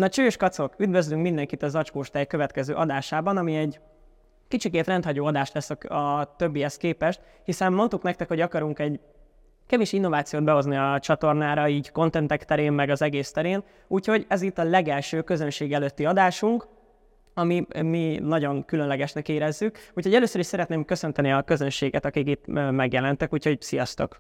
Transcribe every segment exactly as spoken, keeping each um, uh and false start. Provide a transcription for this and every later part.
Na csős kacok, üdvözlünk mindenkit a Zacskós Tej következő adásában, ami egy kicsikét rendhagyó adás lesz a, a többihez képest, hiszen mondtuk nektek, hogy akarunk egy kevés innovációt behozni a csatornára, így contentek terén, meg az egész terén, úgyhogy ez itt a legelső közönség előtti adásunk, ami mi nagyon különlegesnek érezzük. Úgyhogy először is szeretném köszönteni a közönséget, akik itt megjelentek, úgyhogy sziasztok!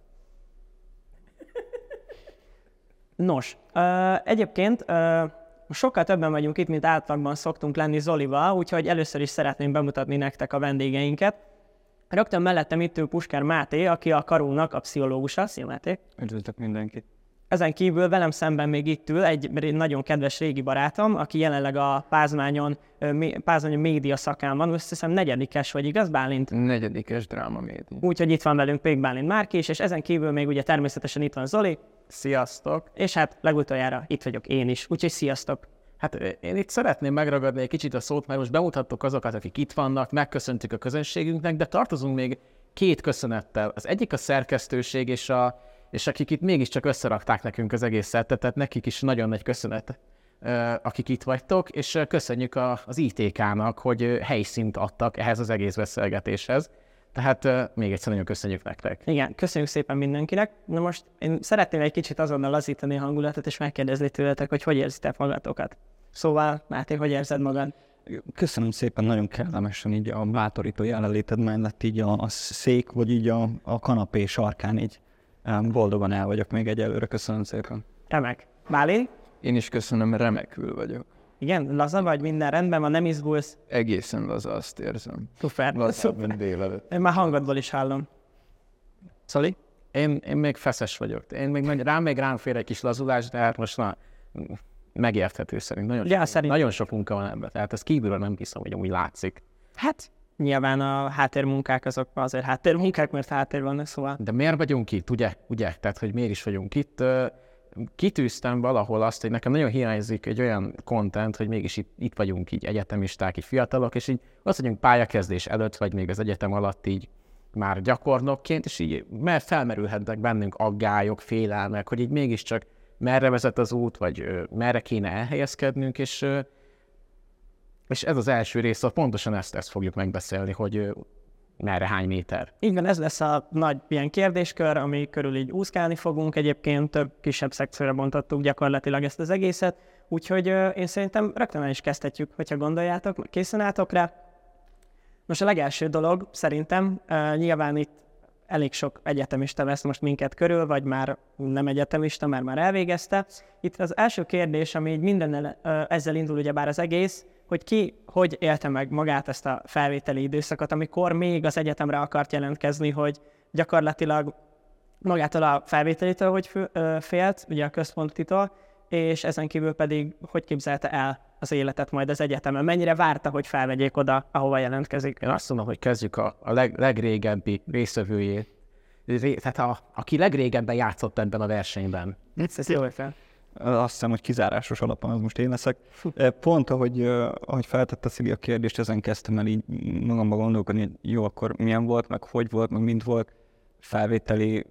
Nos, uh, egyébként uh, sokkal többen vagyunk itt, mint átlagban szoktunk lenni Zolival, úgyhogy először is szeretném bemutatni nektek a vendégeinket. Rögtön mellettem itt ül Puskár Máté, aki a Karunknak a pszichológusa. Szia Máté! Üdvözlök mindenkit! Ezen kívül velem szemben még itt ül egy nagyon kedves régi barátom, aki jelenleg a Pázmányon, Pázmányon média szakán van, azt hiszem negyedikes vagy, igaz Bálint? Negyedikes dráma média. Úgyhogy itt van velünk Pék Bálint Márki is, és ezen kívül még ugye természetesen itt van Zoli. Sziasztok! És hát legutoljára itt vagyok én is, úgyhogy sziasztok! Hát én itt szeretném megragadni egy kicsit a szót, mert most bemutattuk azokat, akik itt vannak, megköszöntük a közönségünknek, de tartozunk még két köszönettel. Az egyik a szerkesztőség, és, a, és akik itt mégiscsak összerakták nekünk az egész szettet, tehát nekik is nagyon nagy köszönet, akik itt vagytok, és köszönjük a, az í té ká-nak, hogy helyszínt adtak ehhez az egész beszélgetéshez. Tehát uh, még egyszer nagyon köszönjük nektek. Igen, köszönjük szépen mindenkinek. Na most én szeretném egy kicsit azonnal lazítani a hangulatot, és megkérdezni tőletek, hogy hogy érzitek magatokat. Szóval, Máté, hogy érzed magad? Köszönöm szépen, nagyon kellemesen így a bátorító jelenléted mellett így a, a szék, vagy így a, a kanapé sarkán így boldogan el vagyok még egyelőre. Köszönöm szépen. Remek. Bálint? Én is köszönöm, remekül vagyok. Igen, laza vagy, minden rendben van, nem izgulsz? Egészen laza, azt érzem. Szuper. Lazább, mint délelőtt. Én már hangodból is hallom. Szoli? Én, én még feszes vagyok. Én még, rám még rám fér egy kis lazulás, de hát most már megérthető szerint. Nagyon, ja, sok, szerint. nagyon sok munka van ebben. Tehát ez kívülről nem hiszem, hogy úgy látszik. Hát, nyilván a háttérmunkák azok azért háttérmunkák, mert háttér vannak, szóval. De miért vagyunk itt, ugye? ugye? Tehát, hogy miért is vagyunk itt? Kitűztem valahol azt, hogy nekem nagyon hiányzik egy olyan content, hogy mégis itt, itt vagyunk így egyetemisták, így fiatalok, és így azt vagyunk pályakezdés előtt, vagy még az egyetem alatt így már gyakornokként, és így mert felmerülhetnek bennünk aggályok, félelmek, hogy így mégiscsak merre vezet az út, vagy ö, merre kéne elhelyezkednünk, és, ö, és ez az első rész, pontosan ezt, ezt fogjuk megbeszélni, hogy ö, merre, hány méter. Így van, ez lesz a nagy ilyen kérdéskör, ami körül így úszkálni fogunk. Egyébként több kisebb szekcióra bontottuk gyakorlatilag ezt az egészet, úgyhogy uh, én szerintem rögtön el is kezdhetjük, hogyha gondoljátok, készen álltok rá. Most a legelső dolog szerintem, uh, nyilván itt elég sok egyetemista vesz most minket körül, vagy már nem egyetemista, mert már elvégezte. Itt az első kérdés, ami így mindennel uh, ezzel indul ugyebár az egész, hogy ki hogy élte meg magát ezt a felvételi időszakot, amikor még az egyetemre akart jelentkezni, hogy gyakorlatilag magától a felvételitől, hogy félt, ugye a központitól, és ezen kívül pedig hogy képzelte el az életet majd az egyetemen, mennyire várta, hogy felvegyék oda, ahova jelentkezik. Én azt mondom, hogy kezdjük a, a leg, legrégebbi résztvevőjét, Ré, tehát a, aki legrégebben játszott ebben a versenyben. Ez jó fel. Azt hiszem, hogy kizárásos alapon az most én leszek. Pont ahogy, ahogy feltette Szili a kérdést, ezen kezdtem el így magamba gondolkodni, hogy jó, akkor milyen volt, meg hogy volt, meg mint volt felvételi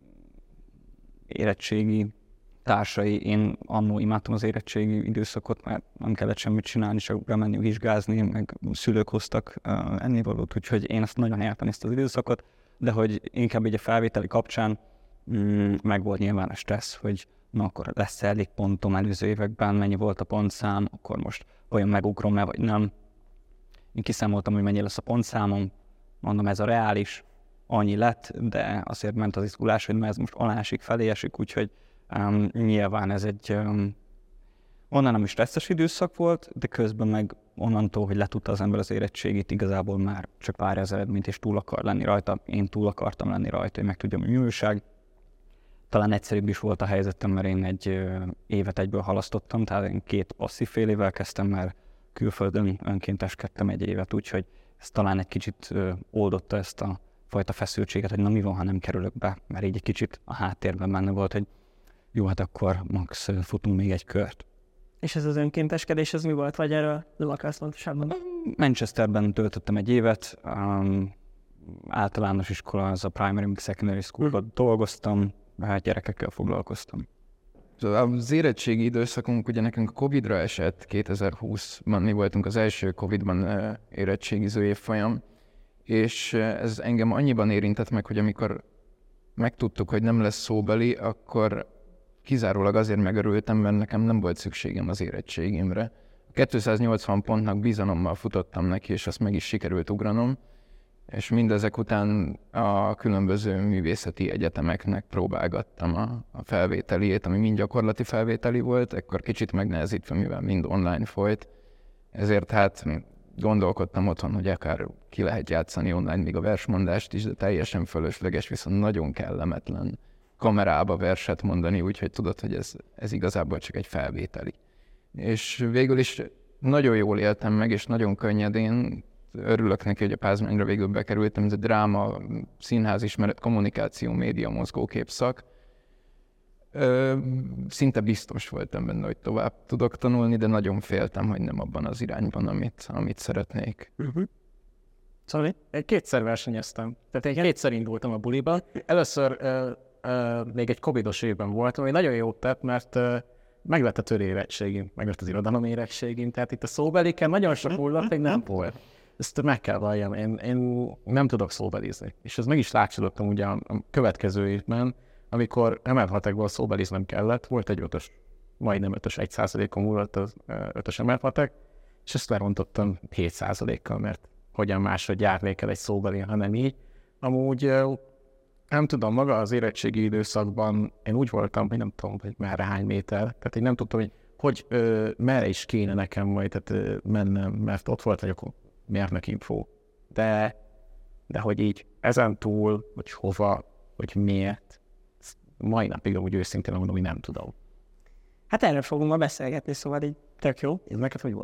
érettségi társai. Én annó imádtam az érettségi időszakot, mert nem kellett semmit csinálni, csak bemenni vizsgázni, meg szülők hoztak ennivalót, úgyhogy én azt nagyon éltem ezt az időszakot, de hogy inkább így a felvételi kapcsán mm, meg volt nyilván a stressz, hogy na akkor lesz elég pontom előző években, mennyi volt a pontszám, akkor most olyan megugrom-e, vagy nem. Én kiszámoltam, hogy mennyi lesz a pontszámom, mondom, ez a reális, annyi lett, de azért ment az izgulás, hogy ez most alá esik, felé esik, úgyhogy um, nyilván ez egy um, onnan nem is stresszes időszak volt, de közben meg onnantól, hogy letudta az ember az érettségét, igazából már csak várja az eredményt, és túl akar lenni rajta. Én túl akartam lenni rajta, hogy meg tudjam, hogy mi újság. Talán egyszerűbb is volt a helyzetem, mert én egy ö, évet egyből halasztottam, tehát én két passzív fél évvel kezdtem, mert külföldön önkénteskedtem egy évet, úgyhogy ez talán egy kicsit ö, oldotta ezt a fajta feszültséget, hogy na mi van, ha nem kerülök be, mert így egy kicsit a háttérben benne volt, hogy jó, hát akkor max futunk még egy kört. És ez az önkénteskedés, ez mi volt, vagy erről nem akarsz pontosabban? Manchesterben töltöttem egy évet, um, általános iskola, az a primary, secondary school-ban dolgoztam, hát gyerekekkel foglalkoztam. Az érettségi időszakunk ugye nekünk a Covidra esett, kétezer-húszban mi voltunk az első Covidban érettségiző évfolyam, és ez engem annyiban érintett meg, hogy amikor megtudtuk, hogy nem lesz szóbeli, akkor kizárólag azért megörültem, mert nekem nem volt szükségem az érettségimre. kétszáznyolcvan pontnak bizalommal futottam neki, és azt meg is sikerült ugranom, és mindezek után a különböző művészeti egyetemeknek próbálgattam a, a felvételiét, ami mind gyakorlati felvételi volt, ekkor kicsit megnehezítve, mivel mind online folyt. Ezért hát gondolkodtam otthon, hogy akár ki lehet játszani online még a versmondást is, de teljesen fölösleges, viszont nagyon kellemetlen kamerába verset mondani, úgyhogy tudod, hogy ez, ez igazából csak egy felvételi. És végül is nagyon jól éltem meg, és nagyon könnyedén. Örülök neki, hogy a Pázmányra végül bekerültem, ez a dráma, színházismeret, kommunikáció, média, mozgókép szak. Ö, szinte biztos voltam benne, hogy tovább tudok tanulni, de nagyon féltem, hogy nem abban az irányban, amit, amit szeretnék. Uh-huh. Sorry? Én kétszer versenyeztem. Tehát én kétszer indultam a buliban. Először ö, ö, még egy covidos évben voltam, ami nagyon jót tett, mert ö, meg lett a tör érettségim, meg lett az irodalom érettségim, tehát itt a szóbeliken nagyon sok múlott, még nem volt. Ezt meg kell valljam, én, én nem tudok szóbelizni. És ez meg is látszódottam ugye a következő évben, amikor emelhatekból szóbeliznem kellett, volt egy ötös, majdnem ötös, egy százalékon múlott az ötös emelhatek, és ezt lerontottam hét százalékkal, mert hogyan máshogy járnék el egy szóbeli, hanem így. Amúgy nem tudom, maga az érettségi időszakban én úgy voltam, hogy nem tudom, hogy merre hány méter, tehát én nem tudtam, hogy, hogy ö, merre is kéne nekem majd tehát, ö, mennem, mert ott volt vagyok mérnök info. De, de hogy így ezen túl, hogy hova, hogy miért, mai napig amúgy őszintén mondom, hogy nem tudom. Hát erről fogunk ma beszélgetni, szóval így tök jó. Ez neked hogy volt?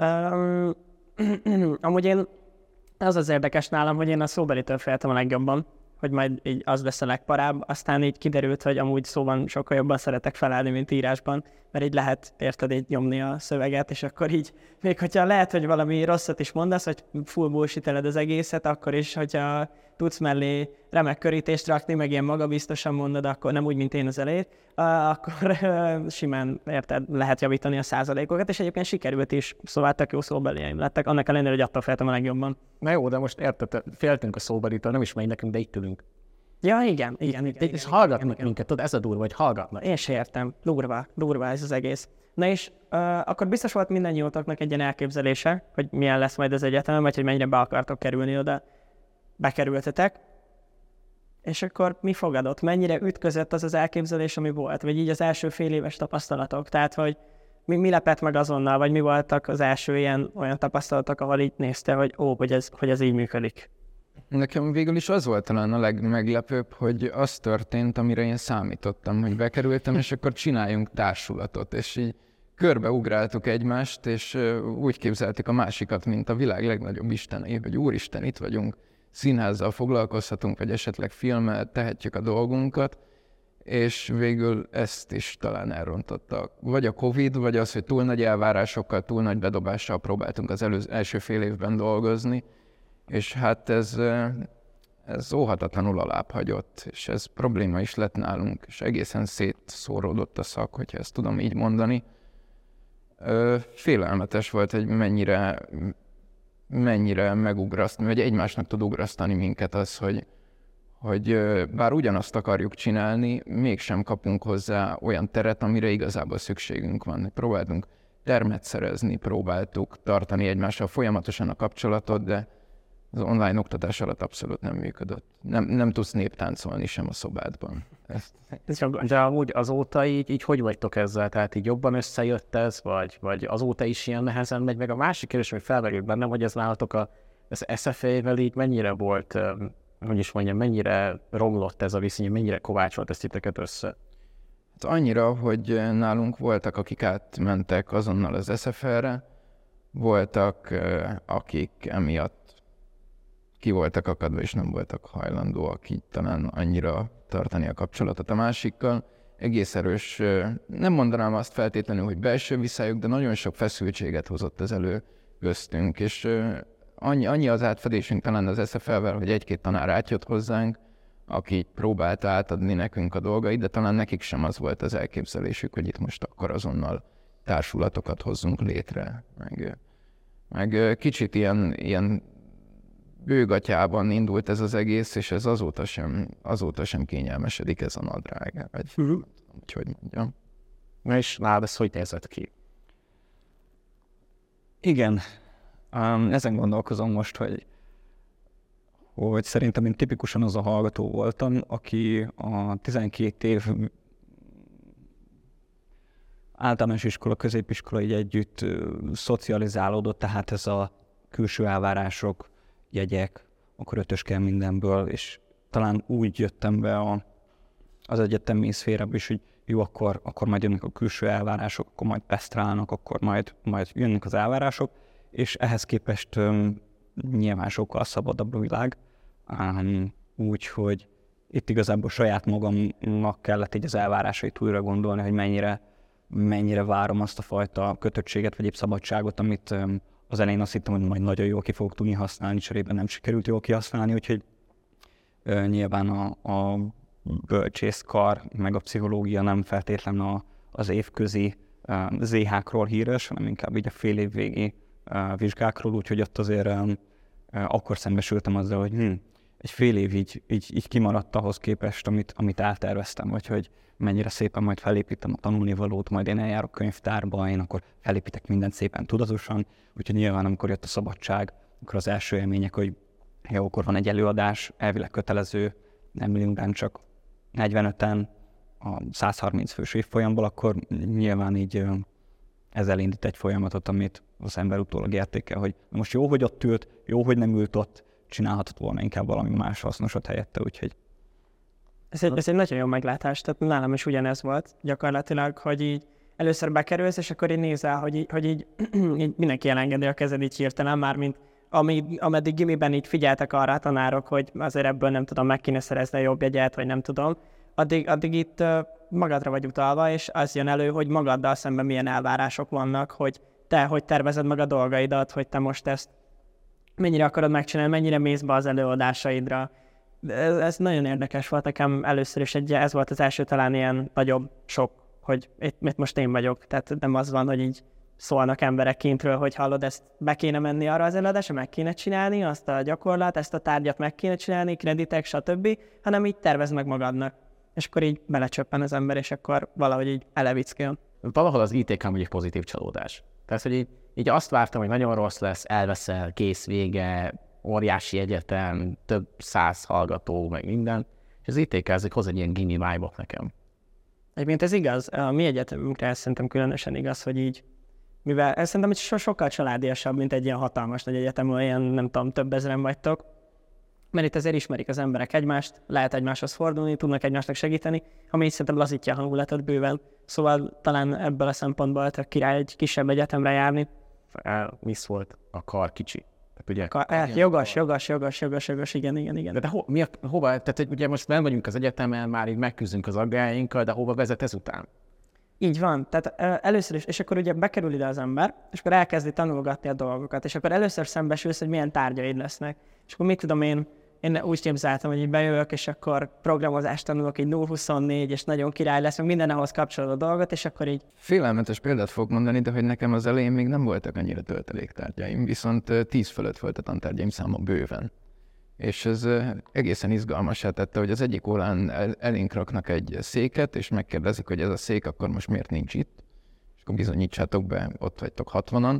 Um, amúgy én, az az érdekes nálam, hogy én a szóbelitől féltem a legjobban, hogy majd így az lesz a legparább, aztán így kiderült, hogy amúgy szóban sokkal jobban szeretek felállni, mint írásban, mert így lehet, érted, így nyomni a szöveget, és akkor így, még hogyha lehet, hogy valami rosszat is mondasz, hogy full bullshiteled az egészet, akkor is, hogyha tudsz mellé remek körítést rakni, meg ilyen magabiztosan mondod, akkor nem úgy, mint én az elejét, akkor simán, érted, lehet javítani a százalékokat, és egyébként sikerült is, szóval tök jó szóbeliaim lettek, annak ellenére, hogy attól féltem a legjobban. Na jó, de most érted, féltünk a szóbelitől, nem is megy nekünk, de itt ülünk. Ja, igen, igen, igen. De igen, és igen, hallgatnak igen, igen. minket, tudod, ez a durva, hogy hallgatnak. Én se értem. Durva, durva ez az egész. Na és uh, akkor biztos volt mindannyiótoknak egy ilyen elképzelése, hogy milyen lesz majd az egyetem, vagy hogy mennyire be akartok kerülni oda. Bekerültetek. És akkor mi fogadott? Mennyire ütközött az az elképzelés, ami volt? Vagy így az első fél éves tapasztalatok? Tehát, hogy mi, mi lepett meg azonnal? Vagy mi voltak az első ilyen olyan tapasztalatok, ahol így nézte, hogy ó, hogy ez, hogy ez így működik? Nekem végül is az volt talán a legmeglepőbb, hogy az történt, amire én számítottam, hogy bekerültem, és akkor csináljunk társulatot, és így körbeugráltuk egymást, és úgy képzeltük a másikat, mint a világ legnagyobb istenei, hogy úristen, itt vagyunk, színházzal foglalkozhatunk, vagy esetleg filmmel tehetjük a dolgunkat, és végül ezt is talán elrontotta. Vagy a Covid, vagy az, hogy túl nagy elvárásokkal, túl nagy bedobással próbáltunk az előző, első fél évben dolgozni, és hát ez, ez óhatatlanul alább hagyott, és ez probléma is lett nálunk, és egészen szétszóródott a szak, hogyha ezt tudom így mondani. Félelmetes volt, hogy mennyire, mennyire megugraszt, vagy egymásnak tud ugrasztani minket az, hogy, hogy bár ugyanazt akarjuk csinálni, mégsem kapunk hozzá olyan teret, amire igazából szükségünk van. Próbáltunk termet szerezni, próbáltuk tartani egymással folyamatosan a kapcsolatot, de az online oktatás alatt abszolút nem működött. Nem, nem tudsz néptáncolni sem a szobádban. Ezt. De amúgy azóta így, így hogy vagytok ezzel? Tehát így jobban összejött ez, vagy, vagy azóta is ilyen nehezen megy? Meg a másik kérdés, hogy felmerült bennem, hogy ez nálatok a, az es ef é-vel így mennyire volt, hogy is mondjam, mennyire romlott ez a viszony, mennyire kovácsolt ezt titeket össze? Hát annyira, hogy nálunk voltak, akik átmentek azonnal az es ef é-re, voltak, akik emiatt ki voltak akadva, és nem voltak hajlandóak így talán annyira tartani a kapcsolatot a másikkal. Egész erős, nem mondanám azt feltétlenül, hogy belső viszályok, de nagyon sok feszültséget hozott ez elő köztünk, és annyi, annyi az átfedésünk talán az es ef é-vel, hogy egy-két tanár átjött hozzánk, aki próbálta átadni nekünk a dolgait, de talán nekik sem az volt az elképzelésük, hogy itt most akkor azonnal társulatokat hozzunk létre. Meg, meg kicsit ilyen, ilyen bőgatyában indult ez az egész, és ez azóta sem, azóta sem kényelmesedik ez a nadrág. Vagy, uh-huh. Úgyhogy mondjam. Na és nálad ez hogy nézett ki? Igen, um, ezen gondolkozom most, hogy, hogy szerintem én tipikusan az a hallgató voltam, aki a tizenkét év általános iskola, középiskola így együtt uh, szocializálódott, tehát ez a külső elvárások, jegyek, akkor ötös kell mindenből, és talán úgy jöttem be a, az egyetemi szférába is, hogy jó, akkor, akkor majd jönnek a külső elvárások, akkor majd pesztrálnak, akkor majd, majd jönnek az elvárások, és ehhez képest um, nyilván sokkal szabadabb a világ, um, úgyhogy itt igazából saját magamnak kellett így az elvárásait újra gondolni, hogy mennyire, mennyire várom azt a fajta kötöttséget, vagy épp szabadságot, amit um, az elején azt hittem, hogy majd nagyon jól ki fogok tudni használni, cserében nem sikerült jól kihasználni, úgyhogy uh, nyilván a, a bölcsészkar, meg a pszichológia nem feltétlenül a, az évközi uh, zé há-król híres, hanem inkább így a fél év végi uh, vizsgákról, úgyhogy ott azért um, uh, akkor szembesültem azzal, hogy hm, egy fél év így, így, így kimaradt ahhoz képest, amit, amit elterveztem, vagy hogy mennyire szépen majd felépítem a tanulnivalót, majd én eljárok könyvtárba, én akkor felépítek mindent szépen tudatosan, úgyhogy nyilván amikor jött a szabadság, akkor az első élmények, hogy jó, akkor van egy előadás, elvileg kötelező, nem millióban csak negyvenöten a száz harminc fős évfolyamból, akkor nyilván így ez elindít egy folyamatot, amit az ember utólag értékel, hogy most jó, hogy ott ült, jó, hogy nem ült ott, csinálhatott volna inkább valami más hasznosat helyette, úgyhogy... Ez egy, ez egy nagyon jó meglátás, tehát nálam is ugyanez volt gyakorlatilag, hogy így először bekerülsz, és akkor így nézel, hogy így, hogy így, így mindenki elengedi a kezed így hirtelen, mármint ami, ameddig gimiben így figyeltek arra a tanárok, hogy azért ebből nem tudom, meg kéne szerezni a jobb jegyet, vagy nem tudom, addig, addig itt uh, magadra vagy utalva, és az jön elő, hogy magaddal szemben milyen elvárások vannak, hogy te hogy tervezed meg a dolgaidat, hogy te most ezt mennyire akarod megcsinálni, mennyire mész be az előadásaidra. Ez, ez nagyon érdekes volt nekem először is, egy, ez volt az első talán ilyen nagyobb sok, hogy itt, itt most én vagyok, tehát nem az van, hogy így szólnak emberek kintről, hogy hallod, ezt be kéne menni arra az előadásra, meg kéne csinálni, azt a gyakorlat, ezt a tárgyat meg kéne csinálni, kreditek, stb., hanem így tervezd meg magadnak. És akkor így belecsöppen az ember, és akkor valahogy így elevickél. Valahol az í té ká egy pozitív csalódás. Tehát, hogy így, így azt vártam, hogy nagyon rossz lesz, elveszel, kész, vége, óriási egyetem, több száz hallgató, meg minden. És az í té ká ezek hoz egy ilyen gimi vibe-ot nekem. Egyébként ez igaz, a mi egyetemünkre ez szerintem különösen igaz, hogy így, mivel ez szerintem so- sokkal családiasabb, mint egy ilyen hatalmas nagy egyetem, olyan nem tudom, több ezeren vagytok, mert itt azért ismerik az emberek egymást, lehet egymáshoz fordulni, tudnak egymásnak segíteni, ami így szerintem lazítja a hangulatot bőven. Szóval talán ebből a szempontból tök király egy kisebb egyetemre járni. Misz volt a kar kicsi. Tehát, ugye, Ka- eh, jogos, jogos, jogos, jogos, jogos, igen, igen, igen. De, de ho, mi a, hova, tehát hogy ugye most nem vagyunk az egyetemen, már így megküzdünk az aggájainkkal, de hova vezet ezután? Így van, tehát először is, és akkor ugye bekerül ide az ember, és akkor elkezdi tanulgatni a dolgokat, és akkor először szembesülsz, hogy milyen tárgyaid lesznek. És akkor mit tudom én, én úgy képzeltem, hogy így bejövök, és akkor programozást tanulok, egy nulla huszonnégy, és nagyon király lesz, meg minden ahhoz kapcsolódó dolgot, és akkor így... Félelmetes példát fogok mondani, de hogy nekem az elején még nem voltak annyira tölteléktárgyaim, viszont tíz fölött volt a tantárgyaim száma bőven. És ez egészen izgalmassá tette, hogy az egyik órán el, elénk raknak egy széket, és megkérdezik, hogy ez a szék akkor most miért nincs itt, és akkor bizonyítsátok be, ott vagytok hatvanan.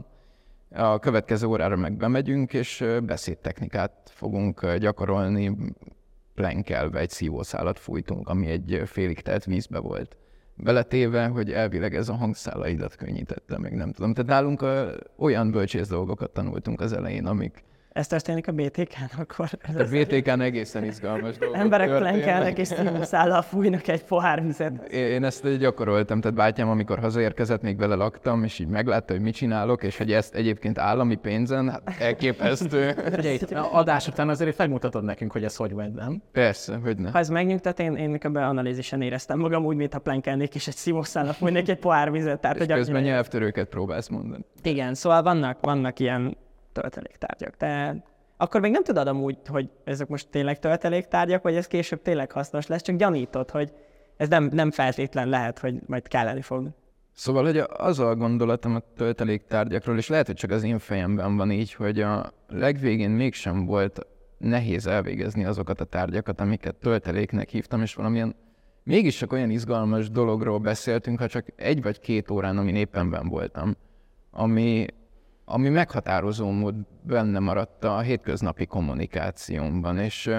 A következő órára meg bemegyünk, és beszédtechnikát fogunk gyakorolni, plenkelve egy szívószálat fújtunk, ami egy félig telt vízbe volt beletéve, hogy elvileg ez a hangszálaidat könnyítette, meg nem tudom. Tehát nálunk olyan bölcsész dolgokat tanultunk az elején, amik... Ez történik a bé té kán, akkor... A bé té kán egészen izgalmas dolgok Emberek történnek. plenkelnek és szívószállal fújnak egy pohár vizet. Én ezt gyakoroltam, tehát bátyám, amikor hazaérkezett, még vele laktam, és így meglátta, hogy mit csinálok, és hogy ezt egyébként állami pénzen, hát elképesztő. Ugye itt adás után azért megmutatod nekünk, hogy ez hogy megy, nem? Persze, hogy ne. Ha ez megnyugtat, én, én ebben analízisen éreztem magam úgy, mintha plenkelnék és egy szívószállal fújnék egy pohár vizet. Tehát, És hogy közben annyira... nyelvtörőket próbálsz mondani. Igen, szóval vannak, vannak ilyen tölteléktárgyak, de akkor még nem tudod amúgy, hogy ezek most tényleg tölteléktárgyak, vagy ez később tényleg hasznos lesz, csak gyanítod, hogy ez nem, nem feltétlen lehet, hogy majd kelleni fog. Szóval, hogy az a gondolatom a tölteléktárgyakról, és lehet, hogy csak az én fejemben van így, hogy a legvégén mégsem volt nehéz elvégezni azokat a tárgyakat, amiket tölteléknek hívtam, és valamilyen mégis csak olyan izgalmas dologról beszéltünk, ha csak egy vagy két órán, amin éppen benn voltam, ami, ami meghatározó mód benne maradt a hétköznapi kommunikációmban, és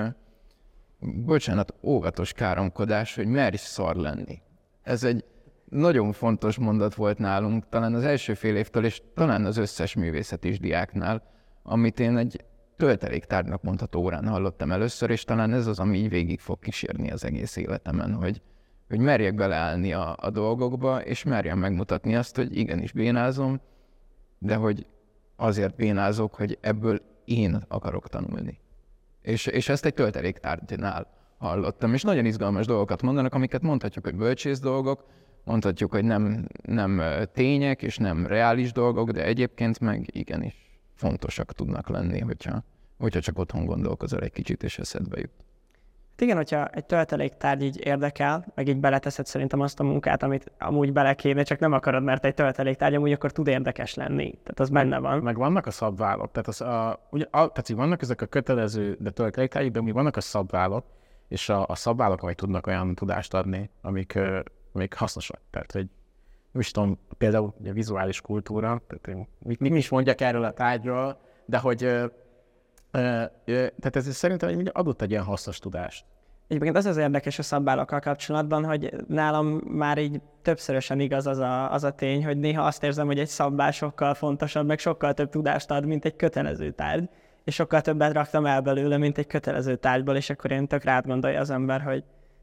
bocsánat, óvatos káromkodás, hogy merj szar lenni. Ez egy nagyon fontos mondat volt nálunk, talán az első fél évtől, és talán az összes művészetis diáknál, amit én egy tölteléktárgynak mondható órán hallottam először, és talán ez az, ami így végig fog kísérni az egész életemen, hogy, hogy merjek beleállni a, a dolgokba, és merjem megmutatni azt, hogy igenis bénázom, de hogy azért bénázok, hogy ebből én akarok tanulni. És, és ezt egy tölteléktárgynál hallottam, és nagyon izgalmas dolgokat mondanak, amiket mondhatjuk, hogy bölcsész dolgok, mondhatjuk, hogy nem, nem tények és nem reális dolgok, de egyébként meg igenis fontosak tudnak lenni, hogyha, hogyha csak otthon gondolkozol egy kicsit, és eszedbe jut. Igen, hogyha egy tölteléktárgy így érdekel, meg így beleteszed szerintem azt a munkát, amit amúgy bele kéne, csak nem akarod, mert egy tölteléktárgy amúgy akkor tud érdekes lenni. Tehát az benne van. Meg vannak a szabványok, tehát, az a, ugye, a, tehát így vannak ezek a kötelező, de tölteléktárgyak, de mi vannak a szabványok, és a, a szabványok majd tudnak olyan tudást adni, amik, uh, amik hasznosak. Tehát, hogy nem is tudom, például a vizuális kultúra, tehát mit, mit is mondjak erről a tárgyról, de hogy uh, uh, uh, tehát ez szerintem adott egy ilyen hasznos tudást. Egyébként az az érdekes a szabványokkal kapcsolatban, hogy nálam már így többszörösen igaz az a, az a tény, hogy néha azt érzem, hogy egy szabvány sokkal fontosabb, meg sokkal több tudást ad, mint egy kötelező tárgy. És sokkal többet raktam el belőle, mint egy kötelező tárgyból, és akkor én tök rád gondolja az ember, hogy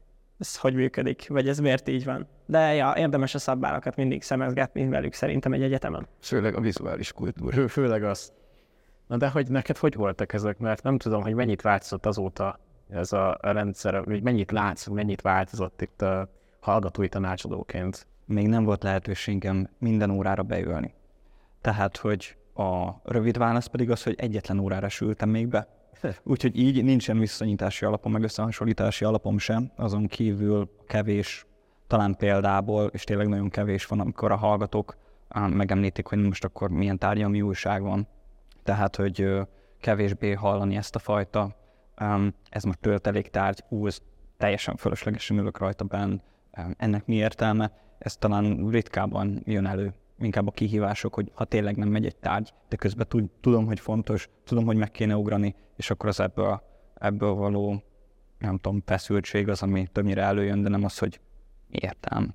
ez hogy működik, vagy ez miért így van. De ja, érdemes a szabványokat mindig szemezgetni velük szerintem egy egyetemen. Főleg a vizuális kultúra. Fő, főleg az. Na de hogy neked hogy voltak ezek? Mert nem tudom, hogy mennyit változott azóta ez a rendszer, hogy mennyit látsz, mennyit változott itt a hallgatói tanácsadóként. Még nem volt lehetőségem minden órára beülni. Tehát, hogy a rövid válasz pedig az, hogy egyetlen órára sültem még be. Úgyhogy így nincsen visszanyitási alapom, meg összehasonlítási alapom sem, azon kívül kevés, talán példából, és tényleg nagyon kevés van, amikor a hallgatók megemlítik, hogy most akkor milyen tárgyalmi újság van. Tehát, hogy kevésbé hallani ezt a fajta, ez most tölteléktárgy, ú, ez teljesen fölöslegesen ülök rajta benn, ennek mi értelme, ez talán ritkában jön elő. Inkább a kihívások, hogy ha tényleg nem megy egy tárgy, de közben tud, tudom, hogy fontos, tudom, hogy meg kéne ugrani, és akkor az ebből, ebből való, nem tudom, feszültség az, ami többnyire előjön, de nem az, hogy értem.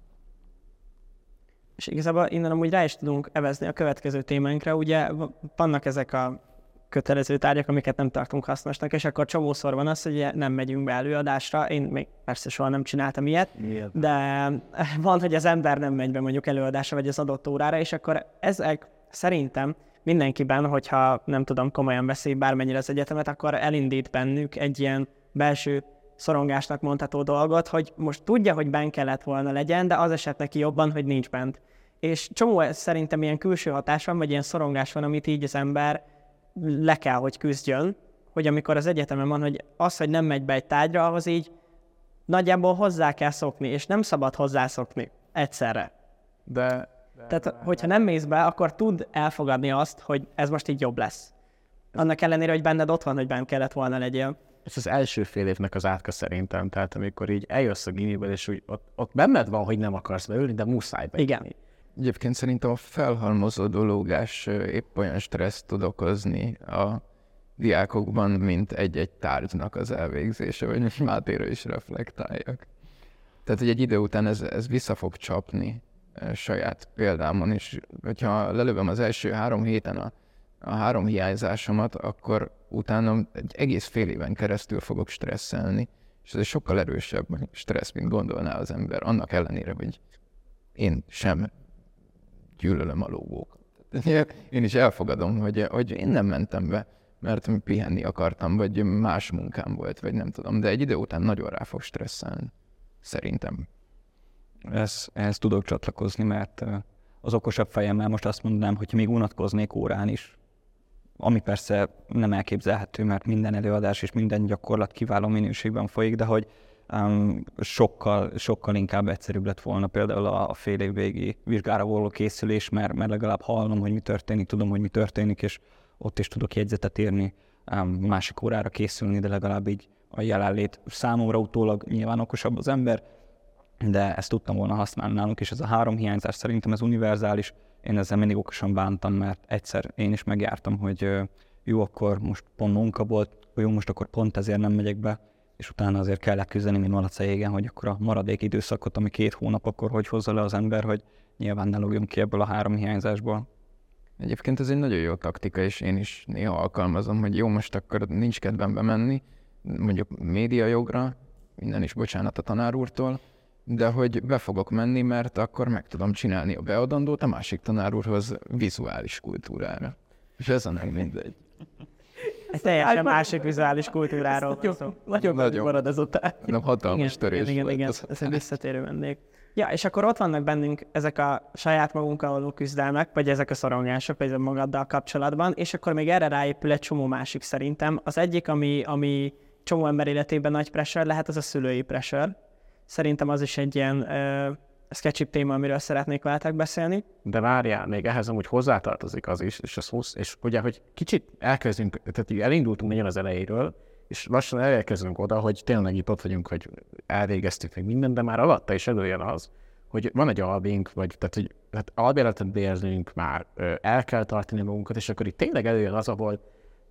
És igazából innen amúgy rá is tudunk evezni a következő témánkra, ugye vannak ezek a kötelező tárgyak, amiket nem tartunk hasznosnak, és akkor csomószor van az, hogy nem megyünk be előadásra, én még persze soha nem csináltam ilyet, ilyet, de van, hogy az ember nem megy be mondjuk előadásra, vagy az adott órára, és akkor ezek szerintem mindenkiben, hogyha nem tudom, komolyan veszi bármennyire az egyetemet, akkor elindít bennük egy ilyen belső szorongásnak mondható dolgot, hogy most tudja, hogy benn kellett volna legyen, de az esett neki jobban, hogy nincs bent. És csomó szerintem ilyen külső hatás van, vagy ilyen szorongás van, amit így az ember le kell, hogy küzdjön, hogy amikor az egyetemen van, hogy az, hogy nem megy be egy tárgyra, ahhoz így nagyjából hozzá kell szokni, és nem szabad hozzászokni egyszerre. De, de Tehát, de, hogyha nem mész be, akkor tud elfogadni azt, hogy ez most így jobb lesz. Annak ellenére, hogy benned ott van, hogy benn kellett volna legyél. Ez az első fél évnek az átka szerintem, tehát amikor így eljössz a gimiből, és úgy ott, ott benned van, hogy nem akarsz beülni, de muszáj beülni. Igen. Egyébként szerintem a felhalmozódó lógás épp olyan stresszt tud okozni a diákokban, mint egy-egy tárgynak az elvégzése, vagy most Mátéra is reflektáljak. Tehát, hogy egy idő után ez, ez vissza fog csapni saját példámon, és hogyha lelövöm az első három héten a, a három hiányzásomat, akkor utána egy egész fél éven keresztül fogok stresszelni, és ez egy sokkal erősebb stressz, mint gondolná az ember, annak ellenére, hogy én sem gyűlölöm a lógókat. Én is elfogadom, hogy, hogy én nem mentem be, mert pihenni akartam, vagy más munkám volt, vagy nem tudom, de egy idő után nagyon rá fog stresszelni, szerintem. Ez, ehhez tudok csatlakozni, mert az okosabb fejemmel most azt mondanám, hogy még unatkoznék órán is, ami persze nem elképzelhető, mert minden előadás és minden gyakorlat kiváló minőségben folyik, de hogy um, sokkal, sokkal inkább egyszerűbb lett volna például a, a fél év végi vizsgára való készülés, mert, mert legalább hallom, hogy mi történik, tudom, hogy mi történik, és ott is tudok jegyzetet írni, um, másik órára készülni, de legalább így a jelenlét számomra utólag nyilván okosabb az ember, de ezt tudtam volna használni nálunk, és ez a három hiányzás szerintem ez univerzális. Én ezzel mindig okosan bántam, mert egyszer én is megjártam, hogy jó, akkor most pont munka volt, jó, most akkor pont ezért nem megyek be, és utána azért kellett küzdeni, mint malac a égen, hogy akkor a maradék időszakot, ami két hónap, akkor hogy hozza le az ember, hogy nyilván ne lógjunk ki ebből a három hiányzásból. Egyébként ez egy nagyon jó taktika, és én is néha alkalmazom, hogy jó, most akkor nincs kedvem bemenni, mondjuk médiajogra, minden is bocsánat a tanár úrtól, de hogy be fogok menni, mert akkor meg tudom csinálni a beadandót a másik tanár úrhoz vizuális kultúrára. És ez a nem mindegy. Egy teljesen másik vizuális kultúráról van szó. Nagyon, nagyon marad ezután. Nem hatalmas törés igen, igen, igen, ez egy visszatérő vendég. Ja, és akkor ott vannak bennünk ezek a saját magunkkal való küzdelmek, vagy ezek a szorongások, vagy magaddal kapcsolatban, és akkor még erre ráépül egy csomó másik szerintem. Az egyik, ami, ami csomó ember életében nagy pressure lehet, az a szülői pressure. Szerintem az is egy ilyen uh, sketchy téma, amiről szeretnék veletek beszélni. De várjál, még ehhez amúgy hozzátartozik az is, és az húsz, és ugye, hogy kicsit elkezdünk, tehát így elindultunk nagyon az elejéről, és lassan elérkezünk oda, hogy tényleg itt ott vagyunk, hogy elvégeztük meg mindent, de már alatta is előjön az, hogy van egy albénk, vagy tehát, hogy hát albéletet bérzünk, már el kell tartani magunkat, és akkor itt tényleg előjön az, ahol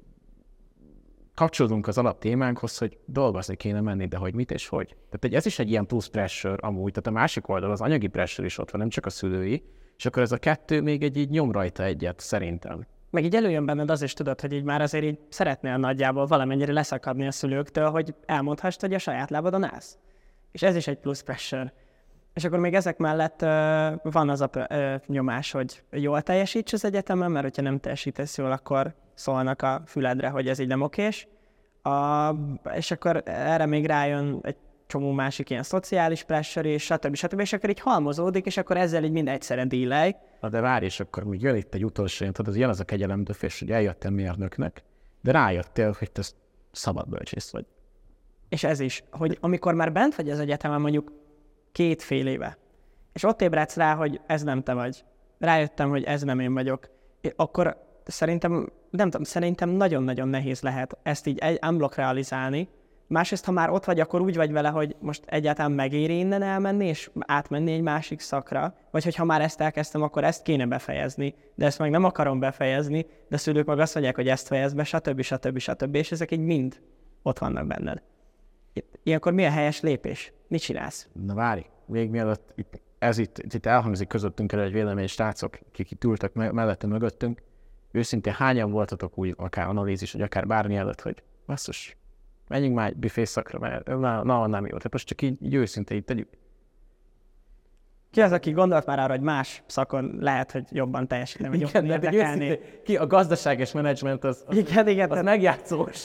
kapcsolódunk az alaptémánkhoz, hogy dolgozni kéne menni, de hogy mit és hogy. Tehát ez is egy ilyen plusz pressure amúgy, tehát a másik oldal, az anyagi pressure is ott van, nem csak a szülői, és akkor ez a kettő még egy így nyom rajta egyet, szerintem. Meg így előjön benned az is tudod, hogy így már azért így szeretnél nagyjából valamennyire leszakadni a szülőktől, hogy elmondhassd, hogy a saját lábadon állsz. És ez is egy plusz pressure. És akkor még ezek mellett uh, van az a uh, nyomás, hogy jól teljesíts az egyetemen, mert hogyha nem teljesítesz jól, akkor szólnak a füledre, hogy ez így nem okés. A, és akkor erre még rájön egy csomó másik ilyen szociális pressure, és stb. stb. És akkor így halmozódik, és akkor ezzel így mind egyszerre dílej. Na de várj, és akkor még jön itt egy utolsó, tudod, az jön az a kegyelemdöfés, hogy eljöttél mérnöknek, de rájöttél, hogy te szabad bölcsész vagy. És ez is, hogy amikor már bent vagy az egyetemen mondjuk két fél éve, és ott ébredsz rá, hogy ez nem te vagy, rájöttem, hogy ez nem én vagyok, akkor szerintem, nem tudom, szerintem nagyon-nagyon nehéz lehet ezt így egy unblock realizálni. Másrészt, ha már ott vagy, akkor úgy vagy vele, hogy most egyáltalán megéri innen elmenni, és átmenni egy másik szakra, vagy hogyha már ezt elkezdtem, akkor ezt kéne befejezni, de ezt meg nem akarom befejezni, de a szülők meg azt mondják, hogy ezt fejezd be, stb. stb. stb. És ezek így mind ott vannak benned. Ilyenkor mi a helyes lépés? Mit csinálsz? Na várj, még mielőtt itt, ez itt, itt elhangzik közöttünk el egy vélemény, srácok, akik itt ültek me- mellettünk, mögöttünk, őszintén hányan voltatok úgy, akár analízis, vagy akár bármi előtt, hogy basszus, menjünk már egy büfészakra, mert na, na, nem jó. Tehát most csak így, így őszintén így tegyük. Ki az, aki gondolt már arra, hogy más szakon lehet, hogy jobban teljesíteni, vagy jobban érdekelni? Ki a gazdaság és menedzsment, az, az, igen, igen, az tehát... megjátszós.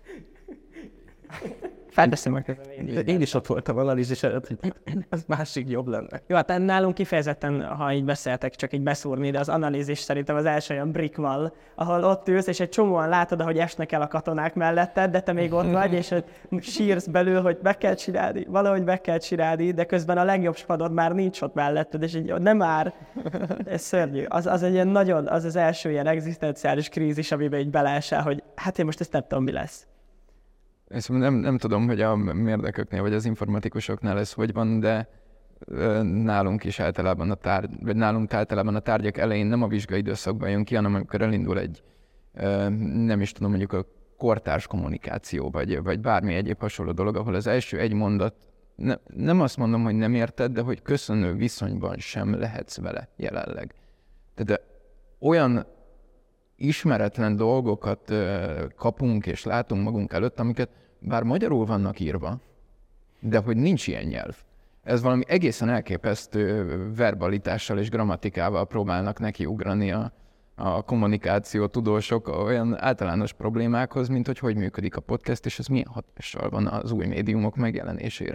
Felteszem a kezem én is. Én is ott voltam analízis előtt, hogy ez másik jobb lenne. Jó, hát nálunk kifejezetten, ha így beszéltek, csak így beszúrni, de az analízis szerintem az első olyan brickval, ahol ott ülsz, és egy csomóan látod, ahogy esnek el a katonák melletted, de te még ott vagy, és sírsz belül, hogy be kell csinálni, valahogy be kell csinálni, de közben a legjobb spadod már nincs ott melletted, és így nem már. Ez szörnyű. Az, az egy ilyen nagyon, az az első ilyen egzisztenciális krízis, amiben így beleesel, hogy hát én most ezt nem tudom, mi lesz. Ezt nem, nem tudom, hogy a mérnököknél vagy az informatikusoknál ez hogy van, de ö, nálunk is általában a tárgy, vagy nálunk általában a tárgyak elején nem a vizsgai időszakban jön ki, hanem amikor elindul egy, ö, nem is tudom, mondjuk a kortárs kommunikáció, vagy, vagy bármi egyéb hasonló dolog, ahol az első egy mondat, ne, nem azt mondom, hogy nem érted, de hogy köszönő viszonyban sem lehetsz vele jelenleg. Tehát olyan ismeretlen dolgokat kapunk és látunk magunk előtt, amiket bár magyarul vannak írva, de hogy nincs ilyen nyelv. Ez valami egészen elképesztő verbalitással és grammatikával próbálnak nekiugrani a, a kommunikáció tudósok olyan általános problémákhoz, mint hogy hogy működik a podcast, és ez milyen hatással van az új médiumok megjelenésére.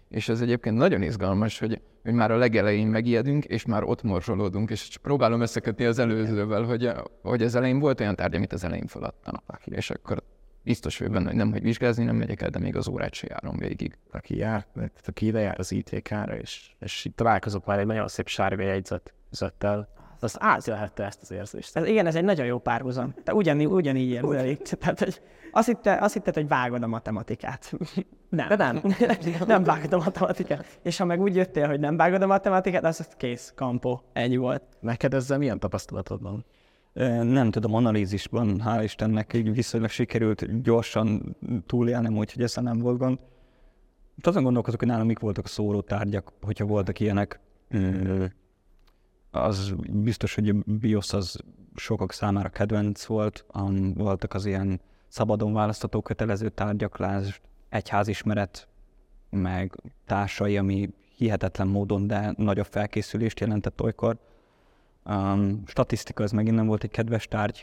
És ez egyébként nagyon izgalmas, hogy, hogy már a legelején megijedünk, és már ott morzsolódunk, és próbálom összekötni az előzővel, hogy, hogy az elején volt olyan tárgy, amit az elején feladtam. És akkor biztos vagyok benne, hogy nem, hogy vizsgázni nem megyek el, de még az órát se járom végig. Aki jár, mert aki ide jár az í té ká-ra, és, és itt találkozok már egy nagyon szép sárga jegyzettel, az átélhette ezt az érzést. Ez, igen, ez egy nagyon jó párhuzam. Te ugyanígy, ugyanígy érzel. Tehát, hogy azt hitted, azt hitted, hogy vágod a matematikát. Nem. De nem. Nem vágod a matematikát. És ha meg úgy jöttél, hogy nem vágod a matematikát, az kész, kampó. Ennyi volt. Neked ezzel milyen tapasztalatod van? Nem tudom, analízisban, hál' Istennek így viszonylag sikerült gyorsan túlélnem, úgyhogy ezzel nem volt gond. Azon gondolkozok, hogy nálam mik voltak a szórótárgyak, hogyha voltak ilyenek. Az biztos, hogy a BIOS az sokak számára kedvenc volt. Um, voltak az ilyen szabadon választható kötelező tárgyak, lásd, egyházismeret, meg társai, ami hihetetlen módon, de nagyobb felkészülést jelentett olykor. Um, statisztika, ez megint nem volt egy kedves tárgy,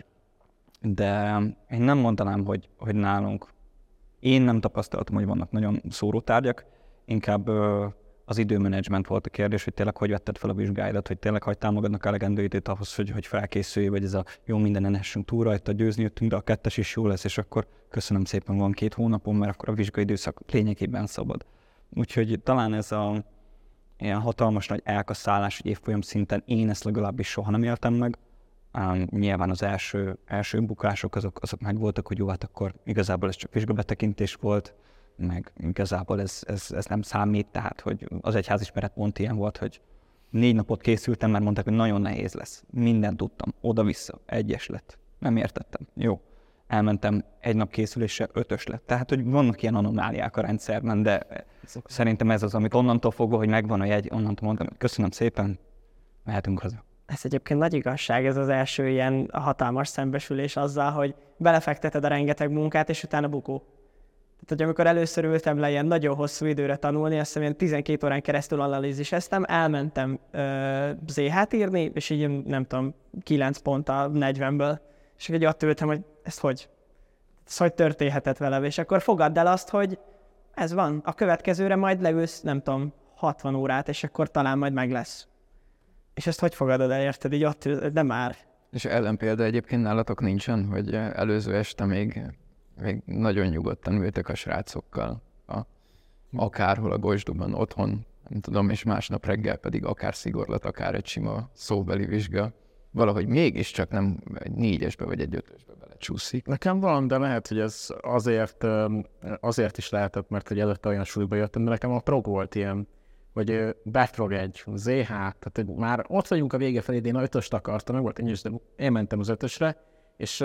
de én nem mondanám, hogy, hogy nálunk. Én nem tapasztaltam, hogy vannak nagyon szóró tárgyak, inkább uh, az időmenedzsment volt a kérdés, hogy tényleg hogy vetted fel a vizsgáidat, hogy tényleg hagytál magadnak elegendő időt ahhoz, hogy, hogy felkészülj, vagy ez a jó, mindenen essünk túl rajta, győzni jöttünk, de a kettes is jó lesz, és akkor köszönöm szépen, van két hónapom, mert akkor a vizsgai időszak lényegében szabad. Úgyhogy talán ez a ilyen hatalmas nagy elkasszálás, hogy évfolyam szinten én ezt legalábbis soha nem éltem meg. Um, nyilván az első, első bukások azok, azok meg voltak, hogy jó, hát akkor igazából ez csak vizsgabetekintés volt, meg igazából ez, ez, ez nem számít, tehát hogy az egyházismeret pont ilyen volt, hogy négy napot készültem, mert mondták, hogy nagyon nehéz lesz. Mindent tudtam, oda-vissza, egyes lett. Nem értettem. Jó. Elmentem egy nap készülésre, ötös lett. Tehát, hogy vannak ilyen anomáliák a rendszerben, de szerintem ez az, amit onnantól fogva, hogy megvan a jegy, onnantól mondtam, hogy köszönöm szépen, mehetünk haza. Ez egyébként nagy igazság, ez az első ilyen hatalmas szembesülés azzal, hogy belefekteted a rengeteg munkát, és utána bukó. Tehát, hogy amikor először ültem le ilyen nagyon hosszú időre tanulni, azt hiszem, ilyen tizenkét órán keresztül analíziseztem, elmentem ö, zé há-t írni, és így nem tudom, kilenc pont a negyvenből. És így ott ültem, hogy ezt hogy? Ez hogy történhetett velem? És akkor fogadd el azt, hogy ez van. A következőre majd leülsz, nem tudom, hatvan órát, és akkor talán majd meg lesz. És ezt hogy fogadod el, érted? Így ott ül, de már. És ellenpélda egyébként nálatok nincsen, hogy előző este még, még nagyon nyugodtan ültek a srácokkal, a, akárhol a Gosdúban, otthon, nem tudom, és másnap reggel pedig akár szigorlat, akár egy sima szóbeli vizsga, valahogy mégiscsak nem egy négyesbe vagy egy ötösbe belecsúszik. Nekem van, de lehet, hogy ez azért, azért is lehetett, mert hogy előtte olyan súlyba jöttem, de nekem a prog volt ilyen, hogy backprog egy zé há, tehát már ott vagyunk a vége felé, de én a ötöst akartam, meg volt én is, de én mentem az ötösre, és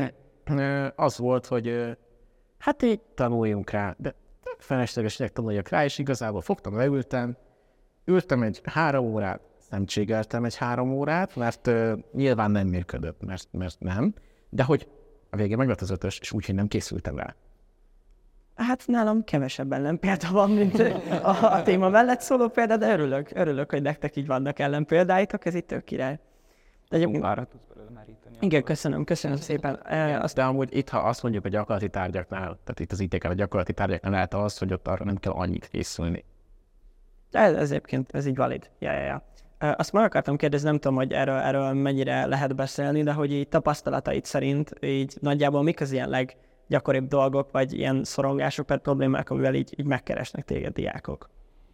az volt, hogy hát így tanuljunk rá, de feleslegesnek tanuljak rá, és igazából fogtam, leültem, ültem egy három órát, nem cségeltem egy három órát, mert uh, nyilván nem működött, mert, mert nem, de hogy a végén meg lett az ötös, és úgyhogy nem készültem rá. Hát nálam kevesebb ellenpélda van, mint a, a téma mellett szóló példa, de örülök, örülök, hogy nektek így vannak ellenpéldáitok, ez itt tök király. De egyébként... Arra tudsz belőle meríteni. Igen, köszönöm, köszönöm szépen. Igen, azt... De amúgy itt, ha azt mondjuk a gyakorlati tárgyaknál, tehát itt az í té ká a gyakorlati tárgyaknál lehet az, hogy ott arra nem kell annyit készülni. Ez, ez egyébként, ez így valid. Ja, ja, ja. Azt meg akartam kérdezni, nem tudom, hogy erről, erről mennyire lehet beszélni, de hogy így tapasztalataid szerint így nagyjából mik az ilyen leggyakoribb dolgok, vagy ilyen szorongások, per problémák, amivel így, így megkeresnek téged diákok?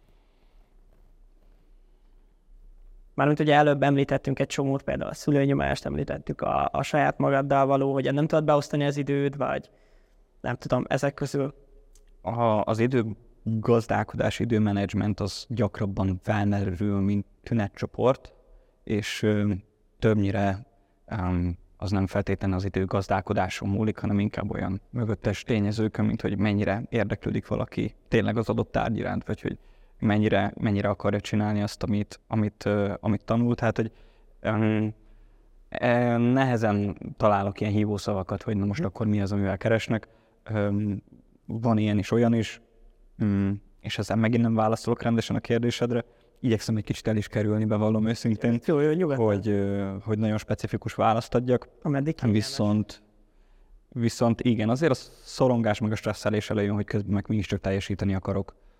Mármint ugye előbb említettünk egy csomót, például a szülőnyomást, említettük a, a saját magaddal való, hogy nem tudod beosztani az időt, vagy nem tudom, ezek közül. A, az idő gazdálkodás, időmenedzsment az gyakrabban felmerül, mint tünetcsoport, és ö, többnyire um, az nem feltétlenül az idő gazdálkodáson múlik, hanem inkább olyan mögöttes tényezőkön, mint hogy mennyire érdeklődik valaki tényleg az adott tárgy iránt, vagy hogy mennyire, mennyire akarja csinálni azt, amit, amit, uh, amit tanult. Hát, hogy um, e, nehezen találok ilyen hívószavakat, hogy na most akkor mi az, amivel keresnek. Um, van ilyen is, olyan is, um, és ezzel megint nem válaszolok rendesen a kérdésedre. Igyekszem egy kicsit el is kerülni, bevallom őszintén, Jó, jó, nyugodtan. hogy, hogy nagyon specifikus választ adjak. Ameddig kényelmes. Viszont, viszont igen, azért a szorongás meg a stresszelés előjön, hogy közben meg mégiscsak teljesíteni akarok.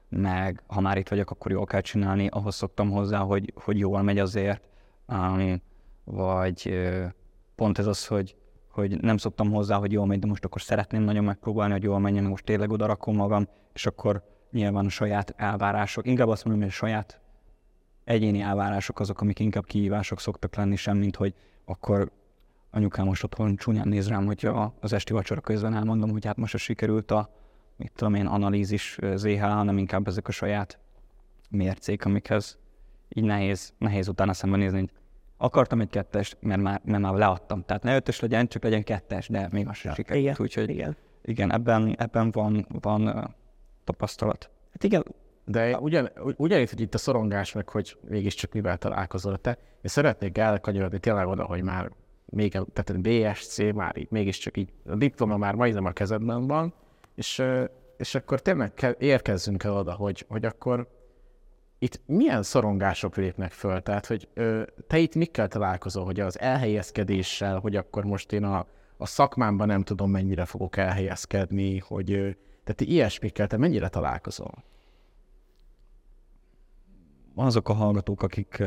meg ha már itt vagyok, akkor jól kell csinálni, ahhoz szoktam hozzá, hogy, hogy jól megy azért, um, vagy uh, pont ez az, hogy, hogy nem szoktam hozzá, hogy jól megy, de most akkor szeretném nagyon megpróbálni, hogy jól menjen, most tényleg oda rakom magam, és akkor nyilván a saját elvárások, inkább azt mondom, hogy a saját egyéni elvárások azok, amik inkább kihívások szoktak lenni, sem mint hogy akkor anyukám most otthon csúnyán néz rám, hogyha az esti vacsora közben elmondom, hogy hát most se sikerült a, mit tudom én, analízis zé há, hanem inkább ezek a saját mércék, amikhez így nehéz, nehéz utána szembenézni, hogy akartam egy kettest, mert már, mert már leadtam. Tehát ne ötös legyen, csak legyen kettes, de még az sem ja, sikerült. Igen, Úgyhogy igen. igen, ebben, ebben van, van uh, tapasztalat. Hát igen, De ugyan, ugyanitt, hogy itt a szorongás, meg hogy mégiscsak mivel találkozol te, én szeretnék elkanyarodni tényleg oda, hogy már még, tehát a bé es cé már így, mégiscsak így, a diploma már majdnem a kezedben van, és, és akkor tényleg kell, érkezzünk el oda, hogy, hogy akkor itt milyen szorongások lépnek föl? Tehát, hogy ö, te itt mikkel találkozol, hogy az elhelyezkedéssel, hogy akkor most én a, a szakmámban nem tudom, mennyire fogok elhelyezkedni, hogy ö, tehát ilyesmikkel te mennyire találkozol? Azok a hallgatók, akik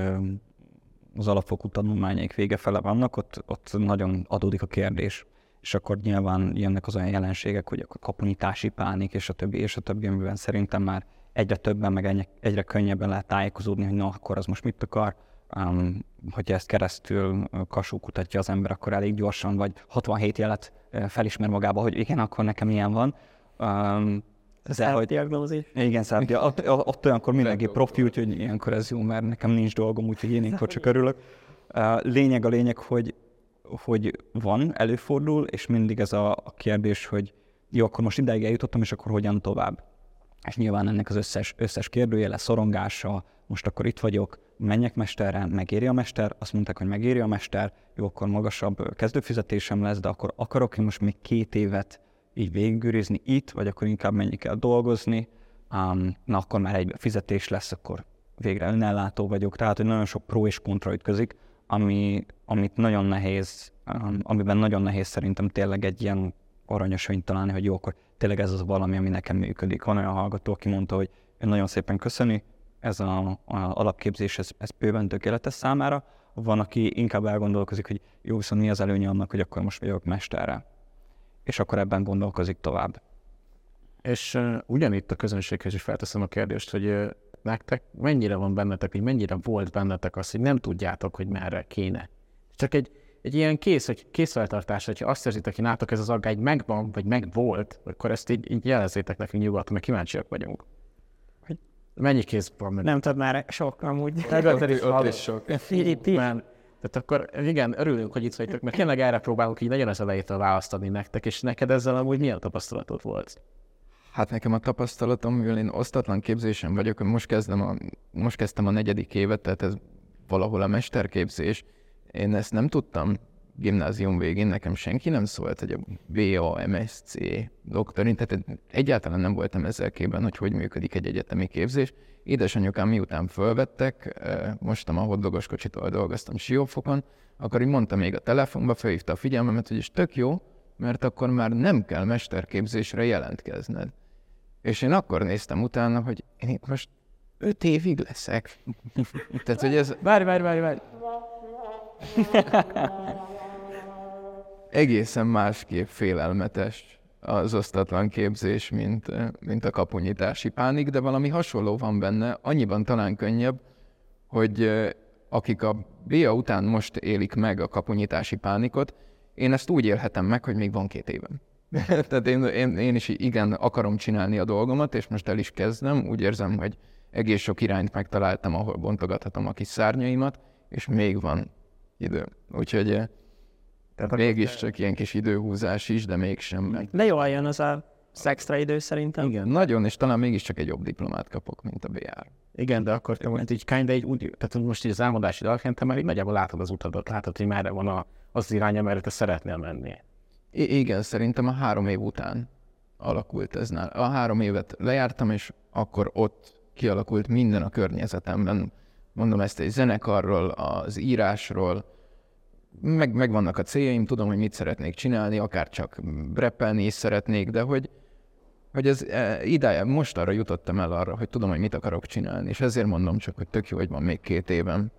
az alapfokú tanulmányaik vége fele vannak, ott, ott nagyon adódik a kérdés. És akkor nyilván jönnek az olyan jelenségek, hogy a kapunyítási pánik, és a többi, és a többi, amiben szerintem már egyre többen, meg egyre könnyebben lehet tájékozódni, hogy na, akkor az most mit akar. Um, hogyha ezt keresztül kasul kutatja az ember, akkor elég gyorsan, vagy hatvanhét jelet felismer magába, hogy igen, akkor nekem ilyen van. Um, Self-diagnózis. Igen, self ott, ott olyankor mindenki profi, úgyhogy ilyenkor ez jó, mert nekem nincs dolgom, úgyhogy én ilyenkor csak örülök. Lényeg a lényeg, hogy, hogy van, előfordul, és mindig ez a, a kérdés, hogy jó, akkor most idáig eljutottam, és akkor hogyan tovább. És nyilván ennek az összes, összes kérdőjele, szorongása, most akkor itt vagyok, menjek mesterre, megéri a mester, azt mondták, hogy megéri a mester, jó, akkor magasabb kezdőfizetésem lesz, de akkor akarok én most még két évet így végigőrizni itt, vagy akkor inkább menjek el dolgozni, um, na akkor már egy fizetés lesz, akkor végre önellátó vagyok. Tehát, hogy nagyon sok pro és kontra ütközik, ami, amit nagyon nehéz, um, amiben nagyon nehéz szerintem tényleg egy ilyen aranyosönyt találni, hogy jó, akkor tényleg ez az valami, ami nekem működik. Van olyan hallgató, aki mondta, hogy ő nagyon szépen köszöni, ez a, a alapképzés, ez, ez bőven tökéletes számára. Van, aki inkább elgondolkozik, hogy jó, viszont mi az előnye annak, hogy akkor most vagyok mesterre. És akkor ebben gondolkozik tovább. És uh, ugyanitt a közönséghez is felteszem a kérdést, hogy uh, nektek mennyire van bennetek, hogy mennyire volt bennetek az, hogy nem tudjátok, hogy merre kéne. Csak egy, egy ilyen kész, hogy készfeltartás, hogyha azt érzitek, hogy nátok ez az aggály megvan, vagy megvolt, akkor ezt így, így jelezzétek nekünk nyugodtan, mert kíváncsiak vagyunk. Hogy mennyi kész van? Nem tudod már sok amúgy. Ott is, ott is sok. Tehát akkor igen, örülünk, hogy itt vagytok, mert tényleg erre próbálunk így nagyon az elejétől választ adni nektek, és neked ezzel amúgy milyen tapasztalatod volt? Hát nekem a tapasztalatom, mivel én osztatlan képzésen vagyok, most, kezdem a, most kezdtem a negyedik évet, tehát ez valahol a mesterképzés. Én ezt nem tudtam gimnázium végén, nekem senki nem szólt, hogy a bé á, em es cé, doktorin, tehát egyáltalán nem voltam ezzel képben, hogy hogy működik egy egyetemi képzés. Édesanyukám miután fölvettek, mostam a hotdogos kocsitól dolgoztam Siófokon, akkor így mondta még a telefonba, felhívta a figyelmemet, hogy is tök jó, mert akkor már nem kell mesterképzésre jelentkezned. És én akkor néztem utána, hogy én itt most öt évig leszek. Tehát, hogy ez... Várj, várj, várj, várj! Egészen másképp félelmetes az osztatlan képzés, mint, mint a kapunyítási pánik, de valami hasonló van benne, annyiban talán könnyebb, hogy akik a bé á után most élik meg a kapunyítási pánikot, én ezt úgy élhetem meg, hogy még van két évem. Tehát én, én, én is igen akarom csinálni a dolgomat, és most el is kezdem, úgy érzem, hogy egész sok irányt megtaláltam, ahol bontogathatom a kis szárnyaimat, és még van idő. Úgyhogy tehát mégiscsak te... ilyen kis időhúzás is, de mégsem. De jól jön az a extra idő szerintem. Igen, nagyon, és talán mégiscsak egy jobb diplomát kapok, mint a bé á. Igen, de akkor te most így kinda így úgy, tehát most így az álmodási alapján te már így nagyjából látod az utadat, látod, hogy merre van a, az irány, amerre te szeretnél menni. I- igen, szerintem a három év után alakult ez nál. A három évet lejártam, és akkor ott kialakult minden a környezetemben. Mondom ezt egy zenekarról, az írásról, meg, meg vannak a céljaim, tudom, hogy mit szeretnék csinálni, akár csak rappelni is szeretnék, de hogy hogy ez e, ideje, most arra jutottam el arra, hogy tudom, hogy mit akarok csinálni, és ezért mondom csak, hogy tök jó, hogy van még két évem.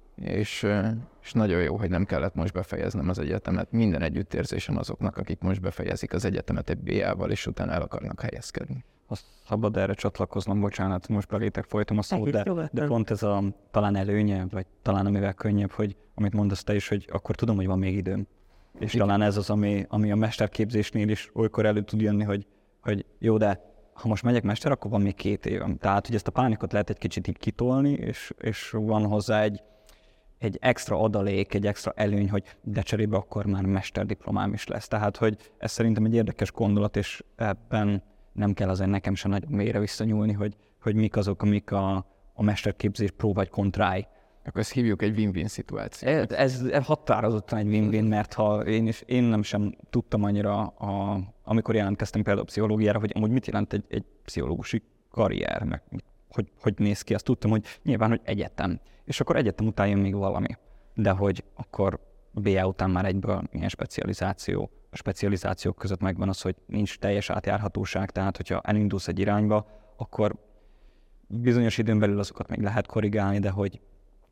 És, és nagyon jó, hogy nem kellett most befejeznem az egyetemet. Minden együttérzésem azoknak, akik most befejezik az egyetemet egy bé á-val, és utána el akarnak helyezkedni. Azt szabad erre csatlakoznom, bocsánat, most belétek folytom a szót, de, de pont ez a talán előnye, vagy talán amivel könnyebb, hogy amit mondasz te is, hogy akkor tudom, hogy van még időm. És igen, talán ez az, ami, ami a mesterképzésnél is olykor elő tud jönni, hogy, hogy jó, de ha most megyek mester, akkor van még két évem. Tehát, hogy ezt a pánikot lehet egy kicsit így kitolni, és, és van hozzá egy, egy extra adalék, egy extra előny, hogy de cserébe akkor már mesterdiplomám is lesz. Tehát, hogy ez szerintem egy érdekes gondolat, és ebben nem kell azért nekem sem nagyon mélyre visszanyúlni, hogy, hogy mik azok, amik a, a mesterképzés pró vagy kontrái. Akkor ezt hívjuk egy win-win szituáció. Ez, ez, ez határozottan egy win-win, mert ha én, is, én nem sem tudtam annyira, a, amikor jelentkeztem például a pszichológiára, hogy amúgy mit jelent egy, egy pszichológusi karrier, meg hogy, hogy néz ki, azt tudtam, hogy nyilván, hogy egyetem. És akkor egyetem után jön még valami. De hogy akkor a bé á után már egyből milyen specializáció. A specializációk között megvan az, hogy nincs teljes átjárhatóság, tehát hogyha elindulsz egy irányba, akkor bizonyos időn belül azokat meg lehet korrigálni, de hogy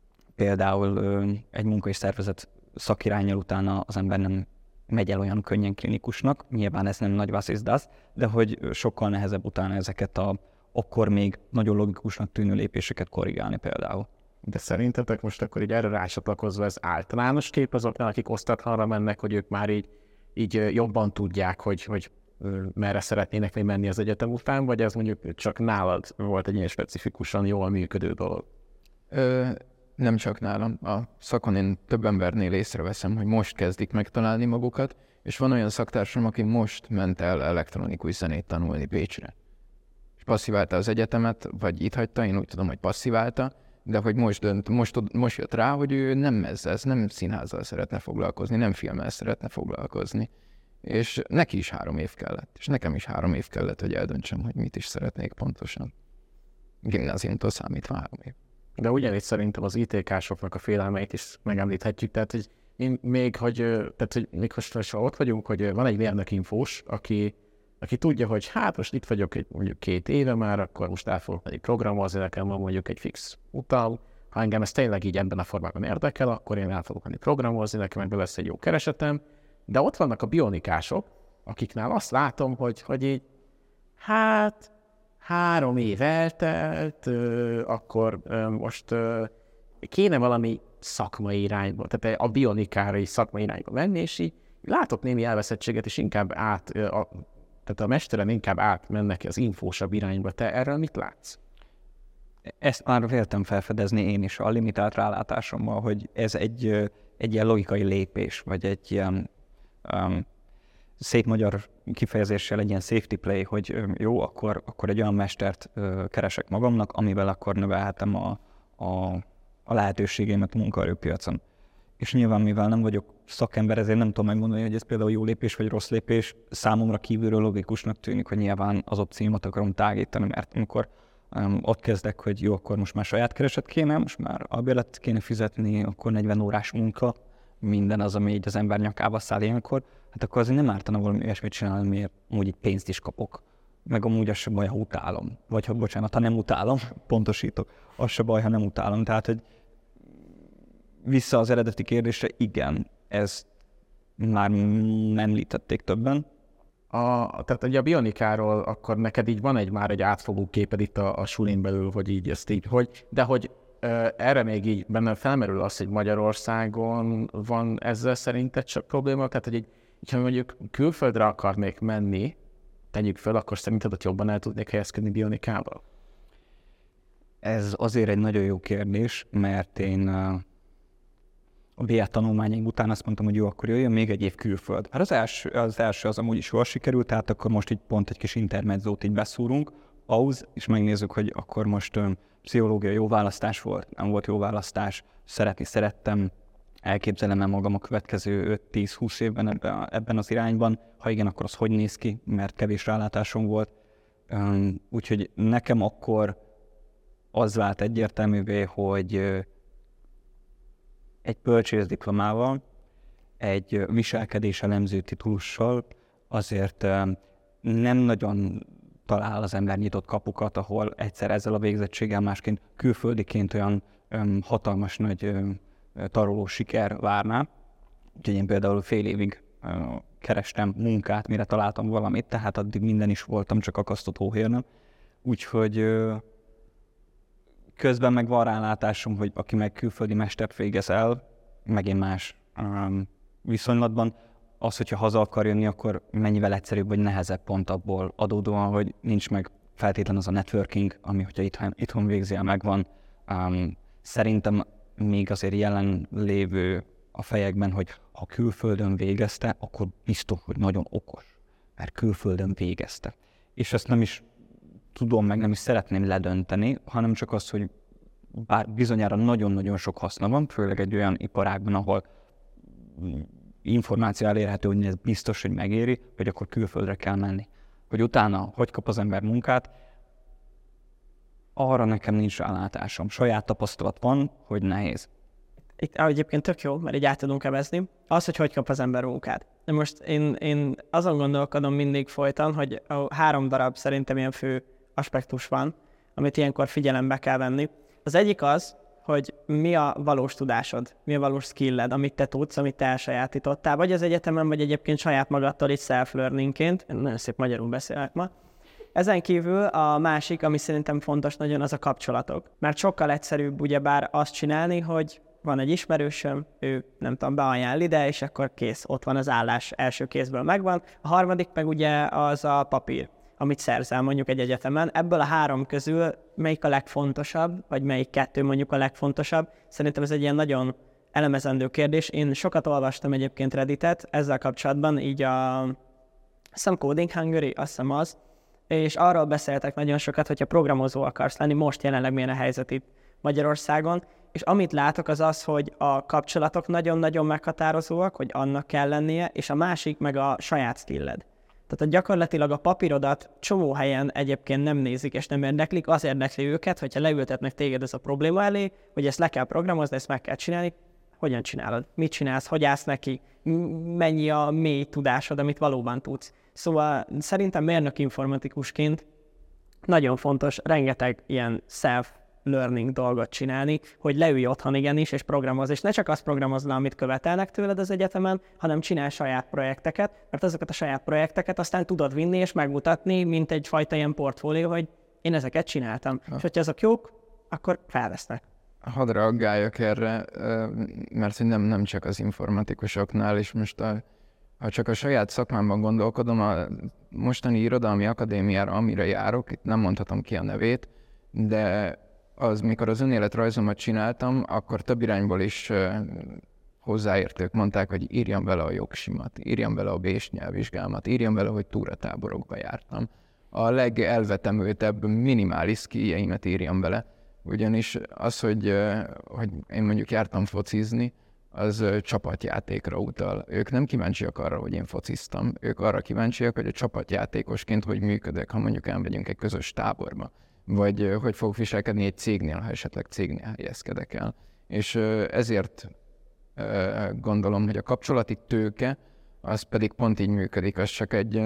például ö, egy munka és szervezet szakiránnyal utána az ember nem megy el olyan könnyen klinikusnak, nyilván ez nem nagy was is das, de hogy sokkal nehezebb utána ezeket a akkor még nagyon logikusnak tűnő lépéseket korrigálni például. De szerintetek most akkor így erre rácsatlakozva ez általános kép azoknál, akik osztatlanra mennek, hogy ők már így, így jobban tudják, hogy, hogy merre szeretnének még menni az egyetem után, vagy ez mondjuk csak nálad volt egy ilyen specifikusan jól működő dolog? Ö, nem csak nálam. A szakon én több embernél észreveszem, hogy most kezdik megtalálni magukat, és van olyan szaktársam, aki most ment el elektronikus zenét tanulni Bécsre. És passziválta az egyetemet, vagy itt hagyta, én úgy tudom, hogy passziválta, de hogy most, dönt, most, most jött rá, hogy ő nem ezzel, nem színházzal szeretne foglalkozni, nem filmmel szeretne foglalkozni. És neki is három év kellett, és nekem is három év kellett, hogy eldöntsem, hogy mit is szeretnék pontosan. Gimnáziumtól számítva három év. De ugyanígy szerintem az i té ká-soknak a félelmeit is megemlíthetjük, tehát hogy én még, hogy, tehát, hogy még most ott vagyunk, hogy van egy mérnök infós, aki, aki tudja, hogy hát most itt vagyok egy, mondjuk két éve már, akkor most el fogok menni programozni, nekem van mondjuk egy fix utam, ha engem ez tényleg így ebben a formában érdekel, akkor én el fogok menni programozni, nekem ebből lesz egy jó keresetem, de ott vannak a bionikások, akiknál azt látom, hogy, hogy így, hát három év eltelt, ö, akkor ö, most ö, kéne valami szakmai irányba, tehát a bionikára is szakmai irányba menni, és így látok némi elveszettséget, és inkább át, ö, a, tehát a mesteren inkább átmennek az infósabb irányba. Te erről mit látsz? Ezt már véltem felfedezni én is a limitált rálátásommal, hogy ez egy, egy ilyen logikai lépés, vagy egy ilyen um, szép magyar kifejezéssel egy ilyen safety play, hogy jó, akkor, akkor egy olyan mestert ö, keresek magamnak, amivel akkor növelhetem a, a, a lehetőségeimet a munkaerőpiacon. És nyilván, mivel nem vagyok szakember, ezért nem tudom megmondani, hogy ez például jó lépés vagy rossz lépés. Számomra kívülről logikusnak tűnik, hogy nyilván az opciómat akarom tágítani, mert amikor um, ott kezdek, hogy jó, akkor most már saját kereset kéne, most már albérletet kéne fizetni, akkor negyven órás munka, minden az, ami így az ember nyakába száll ilyenkor, hát akkor azért nem ártana valami ilyesmit csinálni, miért amúgy így pénzt is kapok. Meg amúgy az se baj, ha utálom. Vagy ha, bocsánat, ha nem utálom, pontosítok, az se baj, ha nem utálom. Tehát, hogy vissza az eredeti kérdésre, igen, ezt már említették többen. A, tehát ugye a bionikáról akkor neked így van egy már egy átfogó képed itt a, a sulin belül, hogy így ezt így, hogy, de hogy ö, erre még így bennem felmerül az, hogy Magyarországon van ezzel szerinted csak probléma, tehát hogy így, ha mondjuk külföldre akarnék menni, tegyük föl, akkor szerinted ott jobban el tudnék helyezkedni bionikával? Ez azért egy nagyon jó kérdés, mert én a bé á tanulmányaim után azt mondtam, hogy jó, akkor jöjjön még egy év külföld. Hát az első az, első az amúgy is jól sikerült, tehát akkor most így pont egy kis intermedzót így beszúrunk, ahhoz, és megnézzük, hogy akkor most um, pszichológia jó választás volt, nem volt jó választás, szeretni szerettem, elképzelem el magam a következő öt-tíz-húsz évben ebben, ebben az irányban, ha igen, akkor az hogy néz ki, mert kevés rálátásom volt. Um, úgyhogy nekem akkor az vált egyértelművé, hogy egy bölcsészdiplomával, egy viselkedés elemző titulussal azért nem nagyon talál az ember nyitott kapukat, ahol egyszer ezzel a végzettséggel másként külföldiként olyan öm, hatalmas nagy öm, taroló siker várná. Úgyhogy én például fél évig öm, kerestem munkát, mire találtam valamit, tehát addig minden is voltam, csak akasztott hóhérnöm. Úgyhogy öm, közben meg van rálátásom, hogy aki meg külföldi mestert végez el, megint más öm, viszonylatban, az, hogyha haza akar jönni, akkor mennyivel egyszerűbb vagy nehezebb pont abból adódóan, hogy nincs meg feltétlen az a networking, ami, hogyha itthon, itthon végzi, megvan. Um, szerintem még azért jelen lévő a fejekben, hogy ha külföldön végezte, akkor biztos, hogy nagyon okos, mert külföldön végezte. És ezt nem is tudom, meg nem is szeretném ledönteni, hanem csak az, hogy bár bizonyára nagyon-nagyon sok haszna van, főleg egy olyan iparágban, ahol információ elérhető, hogy ez biztos, hogy megéri, hogy akkor külföldre kell menni. Hogy utána hogy kap az ember munkát, arra nekem nincs rálátásom. Saját tapasztalat van, hogy nehéz. Itt egyébként tök jó, mert így át tudunk evezni. Az, hogy hogy kap az ember munkát. De most én, én azon gondolkodom mindig folyton, hogy a három darab szerintem ilyen fő aspektus van, amit ilyenkor figyelembe kell venni. Az egyik az, hogy mi a valós tudásod, mi a valós skilled, amit te tudsz, amit te elsajátítottál, vagy az egyetemen, vagy egyébként saját magadtól itt self-learningként. Én nagyon szép magyarul beszélek ma. Ezen kívül a másik, ami szerintem fontos nagyon, az a kapcsolatok. Mert sokkal egyszerűbb ugyebár azt csinálni, hogy van egy ismerősöm, ő nem tudom, beajánl ide, és akkor kész, ott van az állás, első kézből megvan. A harmadik meg ugye az a papír, amit szerzel mondjuk egy egyetemen. Ebből a három közül melyik a legfontosabb, vagy melyik kettő mondjuk a legfontosabb? Szerintem ez egy ilyen nagyon elemezendő kérdés. Én sokat olvastam egyébként Redditet ezzel kapcsolatban, így a azt hiszem Coding Hungary, azt hiszem az, és arról beszéltek nagyon sokat, hogyha programozó akarsz lenni, most jelenleg milyen a helyzet itt Magyarországon, és amit látok az az, hogy a kapcsolatok nagyon-nagyon meghatározóak, hogy annak kell lennie, és a másik meg a saját skilled. Tehát a gyakorlatilag a papírodat csomó helyen egyébként nem nézik és nem érdeklik, az érdekli őket, hogyha leültetnek téged ez a probléma elé, hogy ezt le kell programozni, ezt meg kell csinálni, hogyan csinálod, mit csinálsz, hogy állsz neki, mennyi a mély tudásod, amit valóban tudsz. Szóval szerintem mérnök informatikusként nagyon fontos rengeteg ilyen self-learning dolgot csinálni, hogy leülj otthon igenis, és programoz, és ne csak azt programozz, amit követelnek tőled az egyetemen, hanem csinálj saját projekteket, mert azokat a saját projekteket aztán tudod vinni és megmutatni, mint egyfajta ilyen portfólió, hogy én ezeket csináltam. Ha. És hogyha azok jók, akkor felvesznek. Hadd reagáljak erre, mert hogy nem, nem csak az informatikusoknál, és most a, ha csak a saját szakmámban gondolkodom, a mostani irodalmi akadémiára, amire járok, itt nem mondhatom ki a nevét, de az, mikor az önéletrajzomat csináltam, akkor több irányból is hozzáértők mondták, hogy írjam bele a jogsimat, írjam bele a bés nyelvvizsgámat, írjam bele, hogy túratáborokba jártam. A legelvetemültebb minimális skilljeimet írjam bele. Ugyanis az, hogy, hogy én mondjuk jártam focizni, az csapatjátékra utal. Ők nem kíváncsiak arra, hogy én fociztam. Ők arra kíváncsiak, hogy a csapatjátékosként hogy működök, ha mondjuk elmegyünk egy közös táborba. Vagy hogy fogok viselkedni egy cégnél, ha esetleg cégnél helyezkedek el. És ezért gondolom, hogy a kapcsolati tőke, az pedig pont így működik, az csak egy...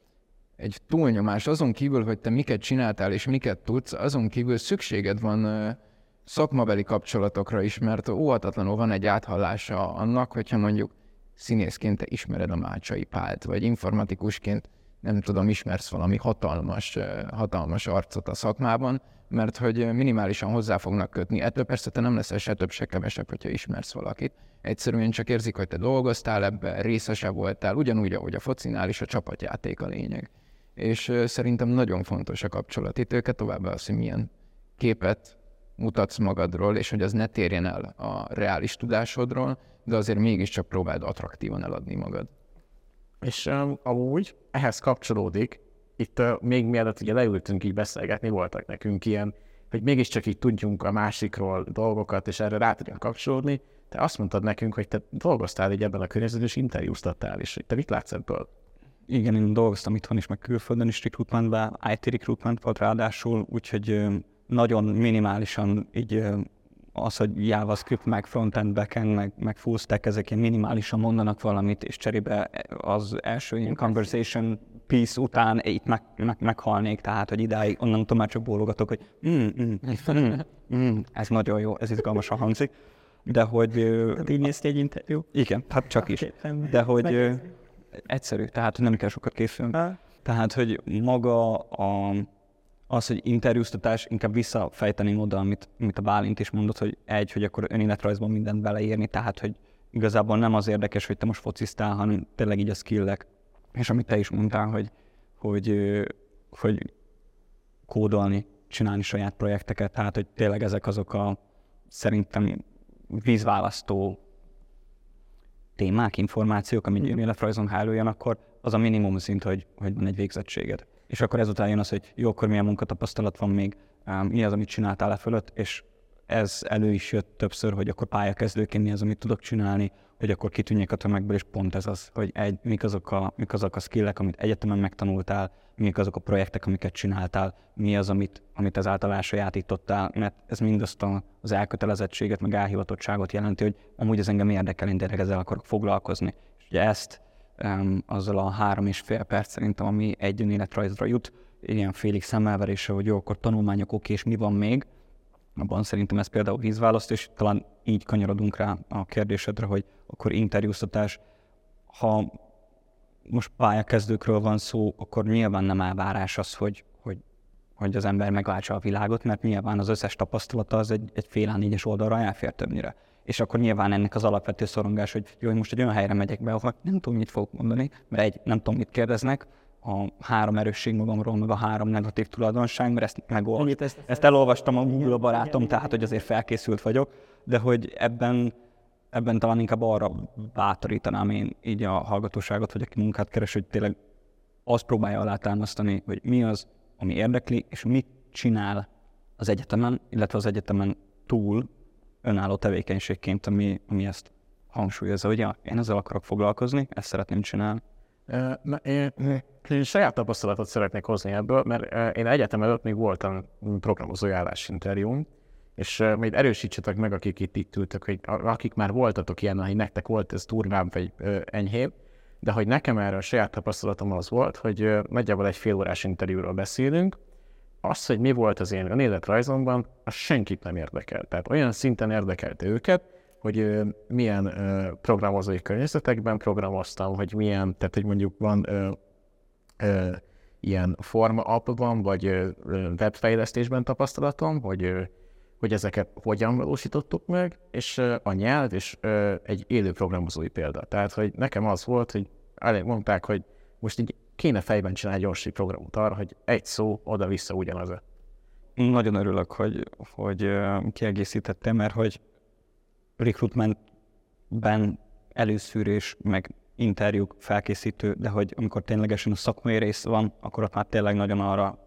egy túlnyomás, azon kívül, hogy te miket csináltál és miket tudsz, azon kívül szükséged van uh, szakmabeli kapcsolatokra is, mert óhatatlanul van egy áthallása annak, hogyha mondjuk színészként te ismered a Mácsai Pált, vagy informatikusként nem tudom, ismersz valami hatalmas, uh, hatalmas arcot a szakmában, mert hogy minimálisan hozzá fognak kötni. Ettől persze te nem leszel se több, se kevesebb, hogyha ismersz valakit. Egyszerűen csak érzik, hogy te dolgoztál ebben, részese voltál, ugyanúgy, ahogy a focinál is a csapatjáték a lényeg. És uh, szerintem nagyon fontos a kapcsolati tőke, továbbá az, hogy milyen képet mutatsz magadról, és hogy az ne térjen el a reális tudásodról, de azért mégiscsak próbáld attraktívan eladni magad. És um, amúgy ehhez kapcsolódik, itt uh, még mielőtt ugye leültünk így beszélgetni, voltak nekünk ilyen, hogy mégiscsak így tudjunk a másikról dolgokat, és erre rá tudjunk kapcsolódni. Te azt mondtad nekünk, hogy te dolgoztál így ebben a környezetben, és interjúztattál is, hogy te mit látsz ebből? Igen, én dolgoztam itthon is, meg külföldön is recruitmentben, i té recruitment volt ráadásul, úgyhogy nagyon minimálisan így az, hogy JavaScript, meg frontend, backend, meg, meg full stack, ezek ilyen minimálisan mondanak valamit, és cserébe az első ilyen conversation Peace után itt meg, meg, meghalnék, tehát, hogy idáig onnantól már csak bólogatok, hogy mm, mm, mm, mm, ez nagyon jó, ez izgalmasan hangzik, de hogy... Hát így néz ki egy interjú. Igen, hát csak is. De hogy ö, egyszerű, tehát nem kell sokat készülni. Ha? Tehát, hogy maga a, az, hogy interjúztatás, inkább visszafejteném oda, amit, amit a Bálint is mondott, hogy egy, hogy akkor önéletrajzban mindent beleírni, tehát, hogy igazából nem az érdekes, hogy te most focisztál, hanem tényleg így a skillek. És amit te is mondtál, hogy, hogy, hogy kódolni, csinálni saját projekteket, tehát, hogy tényleg ezek azok a szerintem vízválasztó témák, információk, amit önéletrajzon hálójan, akkor az a minimum szint, hogy, hogy van egy végzettséged. És akkor ezután jön az, hogy jó, akkor milyen munkatapasztalat van még, mi az, amit csináltál e fölött, és ez elő is jött többször, hogy akkor pályakezdőként mi az, amit tudok csinálni, hogy akkor kitűnjek a tömegből, és pont ez az, hogy egy, mik, azok a, mik azok a skillek, amit egyetemen megtanultál, mik azok a projektek, amiket csináltál, mi az, amit, amit ezáltal elsajátítottál, mert ez mindazt az elkötelezettséget, meg elhivatottságot jelenti, hogy amúgy ez engem érdekel, én tényleg ezzel akarok foglalkozni. És ugye ezt um, azzal a három és fél perc szerintem, ami egy önéletrajzra jut, ilyen félig szemmelverése, hogy jó, akkor tanulmányok, oké, és mi van még, abban szerintem ez például vízválaszt, és talán így kanyarodunk rá a kérdésedre, hogy akkor interjúztatás, ha most pályakezdőkről van szó, akkor nyilván nem elvárás az, hogy, hogy, hogy az ember megváltsa a világot, mert nyilván az összes tapasztalata az egy, egy fél á négyes oldalra elfér többnyire. És akkor nyilván ennek az alapvető szorongás, hogy jó, hogy most egy olyan helyre megyek be, ahol nem tudom, mit fogok mondani, mert egy, nem tudom, mit kérdeznek, a három erősség magamról, meg a három negatív tulajdonság, mert ezt megolvastam. Ezt, ezt elolvastam a Google barátom, tehát hogy azért felkészült vagyok, de hogy ebben, ebben talán inkább arra bátorítanám én így a hallgatóságot, hogy aki munkát keres, hogy tényleg azt próbálja alátámasztani, hogy mi az, ami érdekli, és mit csinál az egyetemen, illetve az egyetemen túl önálló tevékenységként, ami, ami ezt hangsúlyozza, hogy ja, én ezzel akarok foglalkozni, ezt szeretném csinálni. Na, én, én saját tapasztalatot szeretnék hozni ebből, mert én egyetem előtt még voltam programozói állásinterjún, és majd erősítsetek meg, akik itt, itt ültök, hogy akik már voltatok ilyen, hogy nektek volt ez durvább vagy enyhébb, de hogy nekem erre a saját tapasztalatom az volt, hogy nagyjából egy fél órás interjúról beszélünk, az, hogy mi volt az én önéletrajzomban, az senkit nem érdekel. Tehát olyan szinten érdekelte őket, hogy ö, milyen ö, programozói környezetekben programoztam, hogy milyen, tehát hogy mondjuk van ö, ö, ilyen forma appban, vagy ö, webfejlesztésben tapasztalatom, hogy, ö, hogy ezeket hogyan valósítottuk meg, és ö, a nyelv és ö, egy élő programozói példa. Tehát, hogy nekem az volt, hogy elég mondták, hogy most így kéne fejben csinálni gyors programot arra, hogy egy szó oda-vissza ugyanaz. Nagyon örülök, hogy, hogy kiegészítettem, mert hogy recruitmentben előszűrés, meg interjúk felkészítő, de hogy amikor ténylegesen a szakmai rész van, akkor ott már tényleg nagyon arra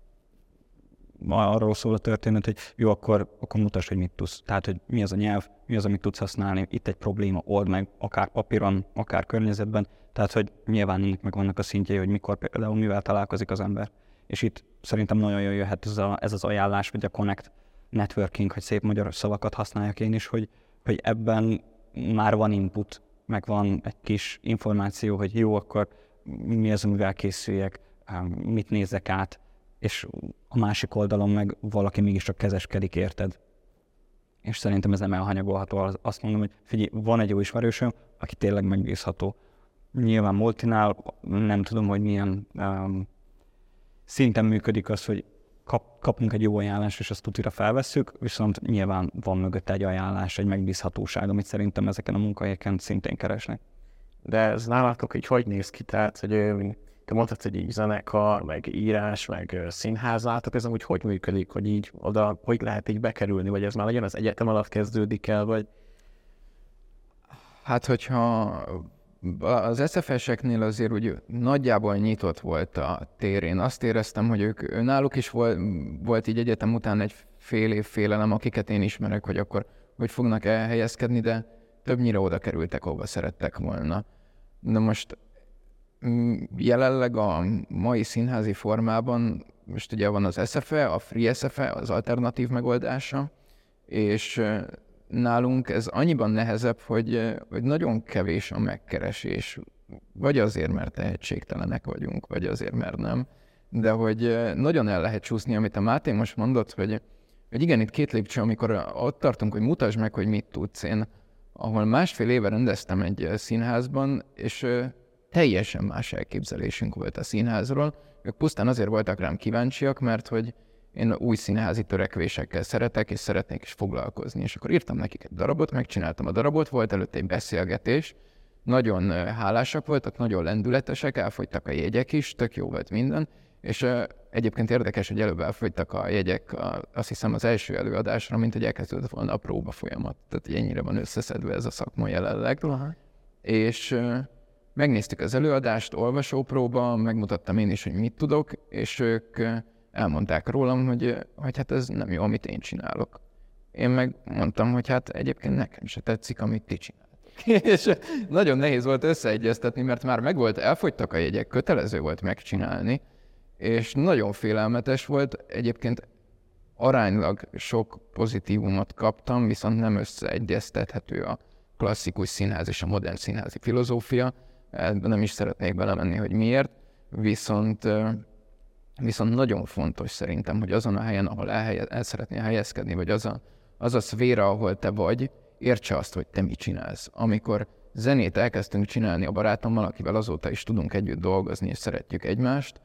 arról szól a történet, hogy jó, akkor, akkor mutasd, hogy mit tudsz. Tehát, hogy mi az a nyelv, mi az, amit tudsz használni, itt egy probléma, old meg, akár papíron, akár környezetben. Tehát, hogy nyilván ennek meg vannak a szintjei, hogy mikor például mivel találkozik az ember. És itt szerintem nagyon jól jöhet ez, a, ez az ajánlás, vagy a connect networking, hogy szép magyar szavakat használjak én is, hogy, hogy ebben már van input, meg van egy kis információ, hogy jó, akkor mi az, amivel készüljek, mit nézek át, és a másik oldalon meg valaki mégiscsak kezeskedik, érted? És szerintem ez nem elhanyagolható. Azt mondom, hogy figyelj, van egy jó ismerősöm, aki tényleg megbízható. Nyilván multinál nem tudom, hogy milyen um, szinten működik az, hogy kap, kapunk egy jó ajánlást, és azt tutira felvesszük, viszont nyilván van mögötte egy ajánlás, egy megbízhatóság, amit szerintem ezeken a munkahelyeken szintén keresnek. De ez nálatok így hogy néz ki? Tehát, hogy te mondtad, hogy így zenekar, meg írás, meg színház látok, ez amúgy hogy működik, hogy így oda, hogy lehet így bekerülni, vagy ez már legyen az egyetem alatt kezdődik el, vagy? Hát, hogyha az es ef eseknél azért úgy nagyjából nyitott volt a tér. Én azt éreztem, hogy ők náluk is volt, volt így egyetem után egy fél év félelem, akiket én ismerek, hogy akkor hogy fognak elhelyezkedni, de többnyire oda kerültek, ahova szerettek volna. De most jelenleg a mai színházi formában most ugye van az es ef e, a Free es ef e, az alternatív megoldása, és nálunk ez annyiban nehezebb, hogy, hogy nagyon kevés a megkeresés. vagy azért, mert tehetségtelenek vagyunk, vagy azért, mert nem. De hogy nagyon el lehet csúszni, amit a Máté most mondott, hogy, hogy igen, itt két lépcső, amikor ott tartunk, hogy mutasd meg, hogy mit tudsz. Én, ahol másfél éve rendeztem egy színházban, és teljesen más elképzelésünk volt a színházról. Ők pusztán azért voltak rám kíváncsiak, mert hogy én új színházi törekvésekkel szeretek, és szeretnék is foglalkozni. És akkor írtam nekik egy darabot, megcsináltam a darabot, volt előtte egy beszélgetés, nagyon hálásak voltak, nagyon lendületesek, elfogytak a jegyek is, tök jó volt minden, és uh, egyébként érdekes, hogy előbb elfogytak a jegyek, a, azt hiszem az első előadásra, mint hogy elkezdődött volna a próba folyamat. Tehát ennyire van összeszedve ez a szakma jelenleg. Aha. És uh, megnéztük az előadást, olvasópróba, megmutattam én is, hogy mit tudok, és ők uh, elmondták rólam, hogy, hogy hát ez nem jó, amit én csinálok. Én meg mondtam, hogy hát egyébként nekem se tetszik, amit ti csináltok. És nagyon nehéz volt összeegyeztetni, mert már megvolt, elfogytak a jegyek, kötelező volt megcsinálni, és nagyon félelmetes volt. Egyébként aránylag sok pozitívumot kaptam, viszont nem összeegyeztethető a klasszikus színház és a modern színházi filozófia. Nem is szeretnék belemenni, hogy miért, viszont, viszont nagyon fontos szerintem, hogy azon a helyen, ahol el, el szeretnél helyezkedni, vagy az a, az a szféra, ahol te vagy, értse azt, hogy te mit csinálsz. Amikor zenét elkezdtünk csinálni a barátommal, akivel azóta is tudunk együtt dolgozni, és szeretjük egymást,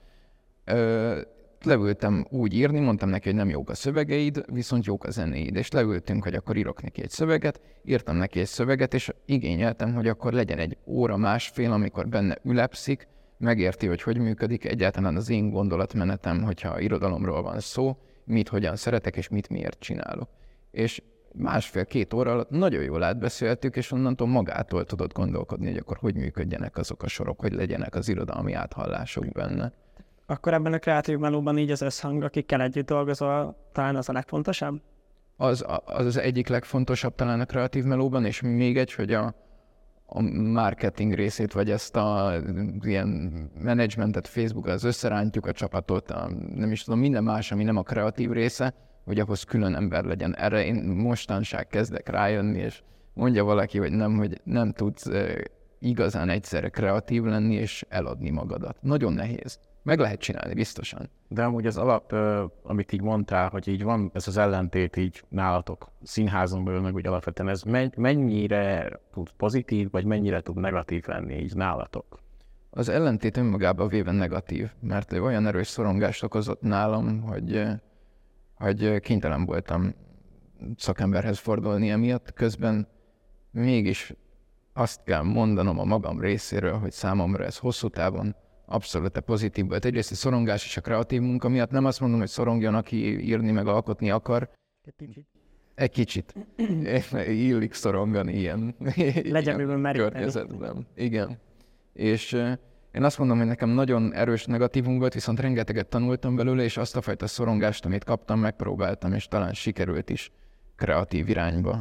ö, leültem úgy írni, mondtam neki, hogy nem jók a szövegeid, viszont jók a zenéid, és leültünk, hogy akkor írok neki egy szöveget, írtam neki egy szöveget, és igényeltem, hogy akkor legyen egy óra, másfél, amikor benne ülepszik, megérti, hogy hogy működik egyáltalán az én gondolatmenetem, hogyha irodalomról van szó, mit hogyan szeretek, és mit miért csinálok. És másfél-két óra alatt nagyon jól átbeszéltük, és onnantól magától tudott gondolkodni, hogy akkor hogy működjenek azok a sorok, hogy legyenek az irodalmi áthallások benne. Akkor ebben a kreatív melóban így az összhang, akikkel együtt dolgozol, talán az a legfontosabb? Az az, az egyik legfontosabb talán a kreatív melóban, és még egy, hogy a, a marketing részét, vagy ezt a ilyen menedzsmentet Facebookon, az összerántjuk a csapatot, a, nem is tudom, minden más, ami nem a kreatív része, hogy ahhoz külön ember legyen. Erre én mostanság kezdek rájönni, és mondja valaki, hogy nem, hogy nem tudsz e, igazán egyszerre kreatív lenni, és eladni magadat. Nagyon nehéz. Meg lehet csinálni, biztosan. De amúgy az alap, amit így mondtál, hogy így van ez az ellentét így nálatok színházon belül, meg úgy alapvetően ez mennyire tud pozitív, vagy mennyire tud negatív lenni így nálatok? Az ellentét önmagában véve negatív, mert olyan erős szorongást okozott nálam, hogy, hogy kénytelen voltam szakemberhez fordulni emiatt. Közben mégis azt kell mondanom a magam részéről, hogy számomra ez hosszú távon abszolút pozitív volt. Egyrészt a szorongás és a kreatív munka miatt nem azt mondom, hogy szorongjon, aki írni meg alkotni akar. Egy kicsit. Illik szorongani ilyen, Legyen ilyen környezetben. Igen. És uh, én azt mondom, hogy nekem nagyon erős negatívum volt, viszont rengeteget tanultam belőle, és azt a fajta szorongást, amit kaptam, megpróbáltam, és talán sikerült is kreatív irányba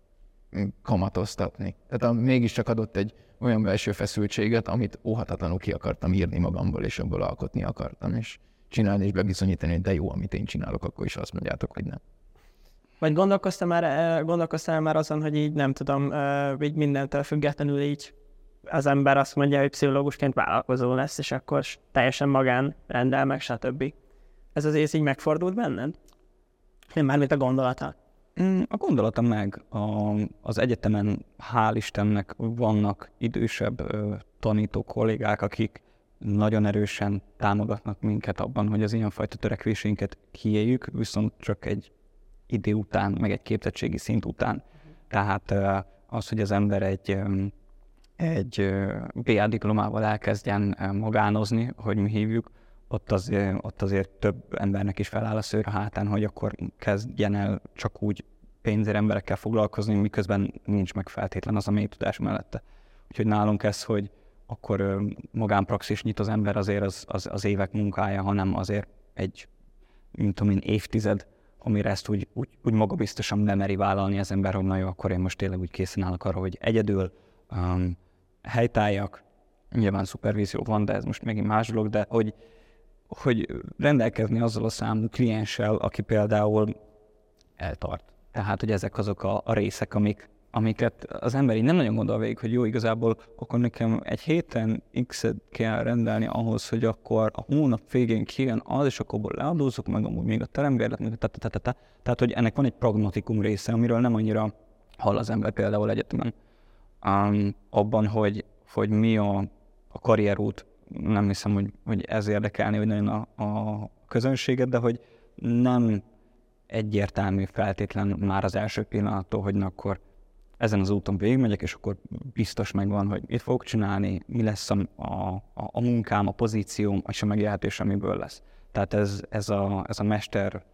kamatoztatni. Tehát a, mégiscsak adott egy olyan belső feszültséget, amit óhatatlanul ki akartam írni magamból, és abból alkotni akartam, és csinálni, és bebizonyítani, hogy de jó, amit én csinálok, akkor is azt mondjátok, hogy nem. Vagy gondolkoztál már, gondolkoztál már azon, hogy így nem tudom, így mindentől függetlenül így az ember azt mondja, hogy pszichológusként vállalkozó lesz, és akkor teljesen magán rendel meg, stb. Ez az ész így megfordult benned? Nem már, mint a gondolata. A gondolata meg. A, az egyetemen hál' Istennek vannak idősebb ö, tanító kollégák, akik nagyon erősen támogatnak minket abban, hogy az ilyenfajta törekvéseinket kiéljük, viszont csak egy idő után, meg egy képzettségi szint után. Tehát ö, az, hogy az ember egy, ö, egy ö, bé á diplomával elkezdjen ö, magánozni, hogy mi hívjuk, ott, az, ott azért több embernek is feláll a szőr a hátán, hogy akkor kezdjen el csak úgy pénzért emberekkel foglalkozni, miközben nincs meg feltétlen az a mély tudás mellette. Úgyhogy nálunk ez, hogy akkor magánpraxis nyit az ember, azért az, az, az évek munkája, hanem azért egy, mint tudom én, évtized, amire ezt úgy, úgy, úgy magabiztosan bemeri vállalni az ember, hogy na jó, akkor én most tényleg úgy készen állok arra, hogy egyedül um, helytálljak. Nyilván szupervízió van, de ez most megint más dolog, de hogy hogy rendelkezni azzal a számú klienssel, aki például eltart. Tehát, hogy ezek azok a, a részek, amik amiket az ember így nem nagyon gondol végig, hogy jó, igazából akkor nekem egy héten X-et kell rendelni ahhoz, hogy akkor a hónap végén kijön az, és akkor abból leadózzuk, meg amúgy még a terembérlet, meg ta, ta, ta, ta. Tehát, hogy ennek van egy pragmatikum része, amiről nem annyira hall az ember például egyetemen. Um, abban, hogy, hogy mi a, a karrierút, nem hiszem, hogy, hogy ez érdekelni, hogy nagyon a, a közönséget, de hogy nem egyértelmű feltétlen már az első pillanattól, hogy na akkor ezen az úton végigmegyek, és akkor biztos megvan, hogy mit fogok csinálni, mi lesz a, a, a munkám, a pozícióm, és a megélhetés, amiből lesz. Tehát ez, ez, a, ez a mesterbe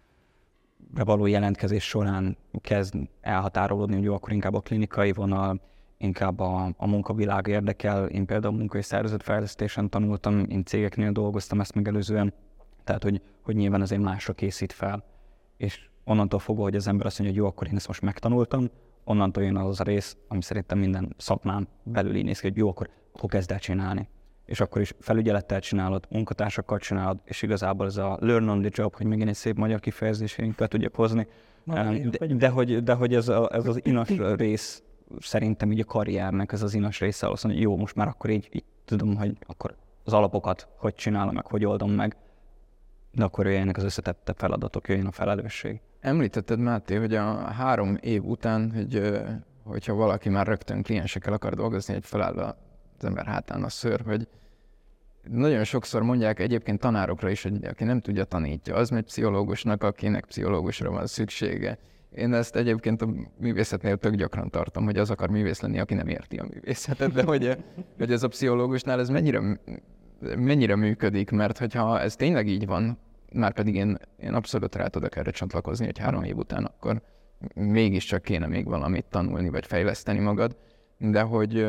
való jelentkezés során kezd elhatárolódni, hogy jó, akkor inkább a klinikai vonal, inkább a, a munkavilág érdekel. Én például munkai szervezetfejlesztésen tanultam, én cégeknél dolgoztam ezt megelőzően, tehát hogy, hogy nyilván azért másra készít fel. És onnantól fogva, hogy az ember azt mondja, hogy jó, akkor én ezt most megtanultam, onnantól jön az a rész, ami szerintem minden szakmán belül így néz ki, hogy jó, akkor, akkor kezd el csinálni. És akkor is felügyelettel csinálod, munkatársakkal csinálod, és igazából ez a learn on the job, hogy megint egy szép magyar kifejezés, én be tudjak hozni. De, de, hogy, de hogy ez, a, ez az inas rész szerintem így a karriernek, ez az inas része, azt mondja, hogy jó, most már akkor így, így tudom, hogy akkor az alapokat hogy csinálom meg, hogy oldom meg, de akkor jöjjenek az összetett feladatok, jöjjön a felelősség. Említetted, Máté, hogy a három év után, hogy, hogyha valaki már rögtön kliensekkel akar dolgozni, hogy feláll az ember hátán a szőr, hogy nagyon sokszor mondják egyébként tanárokra is, hogy aki nem tudja, tanítja. Az megy pszichológusnak, akinek pszichológusra van szüksége. Én ezt egyébként a művészetnél tök gyakran tartom, hogy az akar művész lenni, aki nem érti a művészetet, de hogy, hogy ez a pszichológusnál ez mennyire, mennyire működik, mert hogyha ez tényleg így van, már pedig én, én abszolút rá tudok erre csatlakozni, hogy három év után akkor mégiscsak kéne még valamit tanulni, vagy fejleszteni magad, de hogy,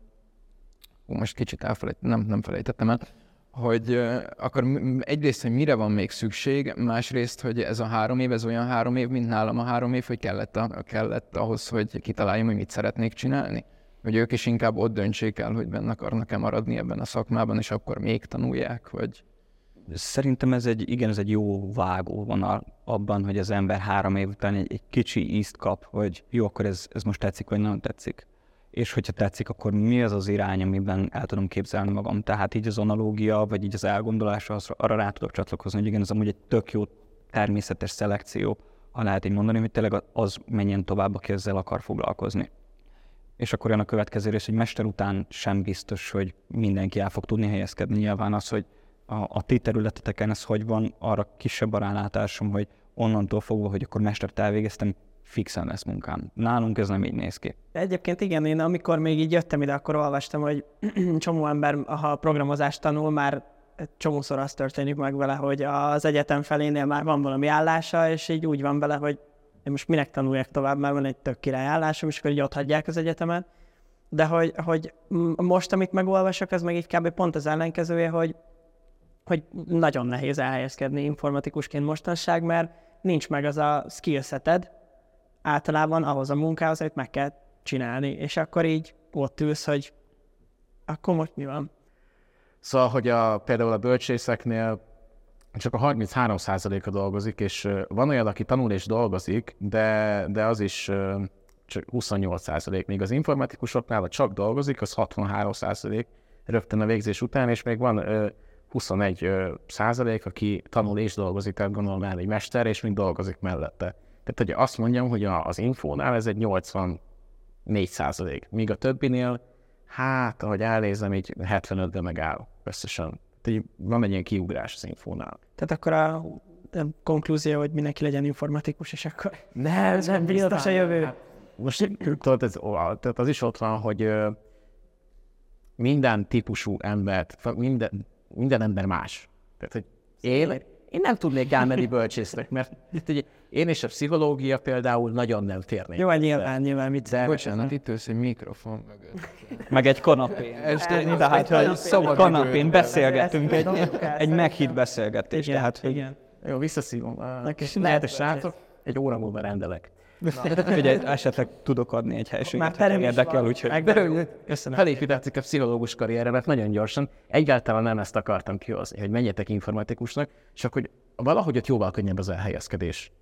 ó, most kicsit elfelejtettem, nem, nem felejtettem el, hogy akkor egyrészt, hogy mire van még szükség, másrészt, hogy ez a három év, ez olyan három év, mint nálam a három év, hogy kellett, a, kellett ahhoz, hogy kitaláljam, hogy mit szeretnék csinálni. Hogy ők is inkább ott döntsék el, hogy benne akarnak-e maradni ebben a szakmában, és akkor még tanulják, vagy... Szerintem ez egy, igen, ez egy jó vágóvonal abban, hogy az ember három év után egy, egy kicsi ízt kap, hogy jó, akkor ez, ez most tetszik, vagy nem tetszik. És hogyha tetszik, akkor mi az az irány, amiben el tudom képzelni magam. Tehát így az analógia, vagy így az elgondolás, az, arra rá tudok csatlakozni, hogy igen, ez amúgy egy tök jó természetes szelekció, ha lehet így mondani, hogy tényleg az menjen tovább, aki ezzel akar foglalkozni. És akkor jön a következő rész, hogy mester után sem biztos, hogy mindenki el fog tudni helyezkedni. Nyilván az, hogy a, a ti területeteken ez hogy van, arra kisebb a rálátásom, hogy onnantól fogva, hogy akkor mestert elvégeztem, fixen lesz munkám. Nálunk ez nem így néz ki. Egyébként igen, én amikor még így jöttem ide, akkor olvastam, hogy csomó ember, ha programozást tanul, már csomószor az történik meg vele, hogy az egyetem felénél már van valami állása, és így úgy van vele, hogy én most minek tanuljak tovább, mert van egy tök király állásom, és akkor így ott hagyják az egyetemet. De hogy, hogy most, amit megolvasok, az meg így kb. Pont az ellenkezője, hogy, hogy nagyon nehéz elhelyezkedni informatikusként mostanság, mert nincs meg az a skillseted általában ahhoz a munkához, amit meg kell csinálni. És akkor így ott ülsz, hogy akkor most mi van? Szóval, hogy a, például a bölcsészeknél csak a harminchárom százaléka dolgozik, és van olyan, aki tanul és dolgozik, de, de az is csak huszonnyolc százalék. Még az informatikusoknál, a csak dolgozik, az hatvanhárom százalék rögtön a végzés után, és még van huszonegy százalék, aki tanul és dolgozik, tehát gondolom el egy mester, és még dolgozik mellette. Tehát, hogy azt mondjam, hogy az infónál ez egy nyolcvannégy százalék, míg a többinél, hát, ahogy elnézem, így hetvenötbe megáll összesen. Tehát van egy ilyen kiugrás az infónál. Tehát akkor a, a konklúzió, hogy mindenki legyen informatikus, és akkor nem, nem biztos a jövő. Hát, most tudod, ez, tehát az is ott van, hogy minden típusú embert, minden, minden ember más. Tehát, hogy én, én nem tudnék elmenni bölcsésznek, mert ugye, én és a pszichológia például nagyon nem férnék. Jó, nyilván, nyilván mit de bocsánat, itt ülsz egy mikrofon mögött. Meg egy kanapén. Ez Tehát, hogy szabad kanapén beszélgetünk, egy, egy meghitt beszélgetés. Igen, tehát, igen. Jó, visszaszívom. Neked Lehet, srácok, egy óra múlva rendelek. Ugye esetleg tudok adni egy helységet, Már ha érdekel, úgyhogy... Köszönöm. Felépítették a pszichológus karrieremet nagyon gyorsan. Egyáltalán nem ezt akartam kihozni, hogy menjetek informatikusnak, csak hogy valahogy ott jóval könnyebb az elhelyezkedés.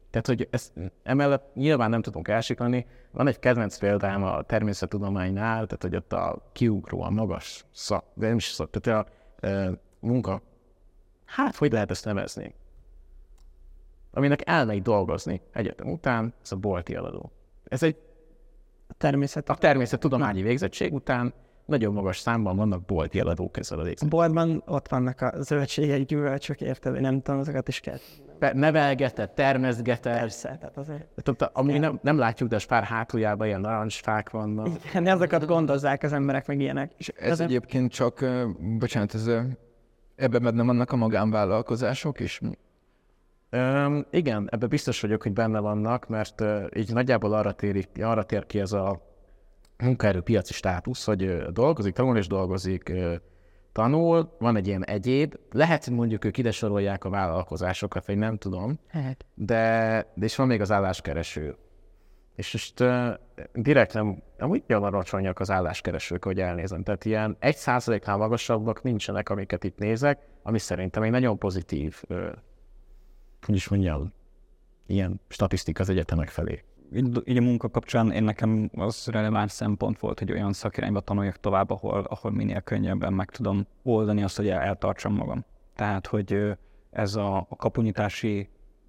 Tehát, hogy ezt emellett nyilván nem tudunk elsiklani. Van egy kedvenc példám a természettudománynál, tehát, hogy ott a kiugróan magas szak, de nem is szak, tehát a e, munka, hát, hogy lehet ezt nevezni? Aminek elmegy dolgozni egyetem után, ez a bolti eladó. Ez egy Természet. a természettudományi végzettség után nagyon magas számban vannak bolti eladók ezzel a A végzettség. boltban ott vannak a zöldségek, gyümölcsök, érted, hogy nem tudom, azokat is kell. Nevelgetett, termeszgetett, Persze, tehát azért. tehát, ami nem, nem látjuk, de a spár hátuljában ilyen narancsfák vannak. Igen, azokat gondozzák az emberek, meg ilyenek. És ez Az- egyébként csak, ö, bocsánat, ez ö, ebben benne vannak a magánvállalkozások is? Um, igen, ebben biztos vagyok, hogy benne vannak, mert uh, így nagyjából arra, térik, arra tér ki ez a munkaerőpiaci státusz, hogy uh, dolgozik, tanul és dolgozik, uh, tanul, van egy ilyen egyéb, lehet, hogy mondjuk ők ide sorolják a vállalkozásokat, vagy nem tudom, Hát. de, de és van még az álláskereső. És most uh, direkt nem, amúgy olyan alacsonyak az álláskeresők, hogy elnézem. Tehát ilyen egy százaléknál magasabbak nincsenek, amiket itt nézek, ami szerintem egy nagyon pozitív, uh, hogy is mondjam, ilyen statisztika az egyetemek felé. Így, így a munka kapcsán én nekem az releváns szempont volt, hogy olyan szakirányba tanuljak tovább, ahol, ahol minél könnyebben meg tudom oldani azt, hogy el, eltartsam magam. Tehát, hogy ö, ez a, a kapunyítási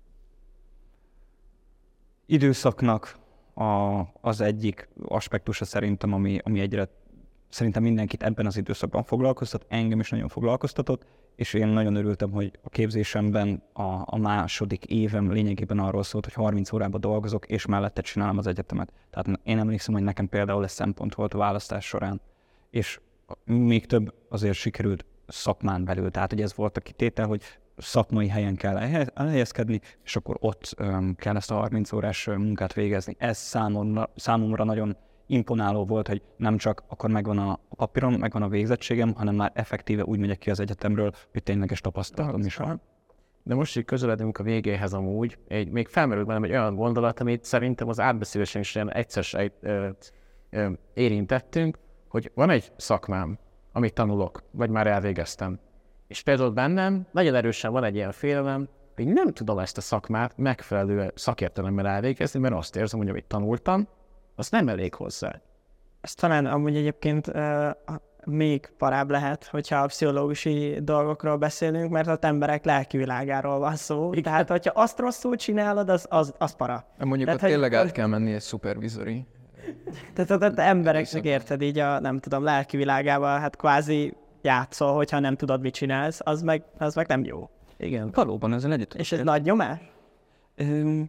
időszaknak a, az egyik aspektusa szerintem, ami, ami egyre szerintem mindenkit ebben az időszakban foglalkoztat, engem is nagyon foglalkoztatott, és én nagyon örültem, hogy a képzésemben a, a második évem lényegében arról szólt, hogy harminc órában dolgozok, és mellette csinálom az egyetemet. Tehát én emlékszem, hogy nekem például ez szempont volt a választás során. És még több azért sikerült szakmán belül. Tehát, hogy ez volt a kitétel, hogy szakmai helyen kell elhelyezkedni, és akkor ott um, kell ezt a harminc órás munkát végezni. Ez számomra, számomra nagyon imponáló volt, hogy nem csak akkor megvan a papírom, megvan a végzettségem, hanem már effektíve úgy megyek ki az egyetemről, hogy tényleges tapasztalatom is van. De most így közeledünk a végéhez amúgy, egy, még felmerült bennem egy olyan gondolat, amit szerintem az átbeszélésen is ilyen egyszer se ö, ö, érintettünk, hogy van egy szakmám, amit tanulok, vagy már elvégeztem. És például bennem nagyon erősen van egy ilyen félelem, hogy nem tudom ezt a szakmát megfelelő szakértelemmel elvégezni, mert azt érzem, hogy amit tanultam, az nem elég hozzá. Ez talán amúgy egyébként uh, még parább lehet, hogyha a pszichológusi dolgokról beszélünk, mert ott emberek lelkivilágáról van szó. Igen. Tehát, hogyha azt rosszul csinálod, az, az, az para. Mondjuk Tehát, ott tényleg hogy- át kell menni egy szupervizori. Tehát ott az embereknek érted így a, nem tudom, lelkivilágával, hát kvázi játszol, hogyha nem tudod, mit csinálsz, az meg, az meg nem jó. Igen. Valóban ezzel egyet. És ez nagy nyomás? Öm,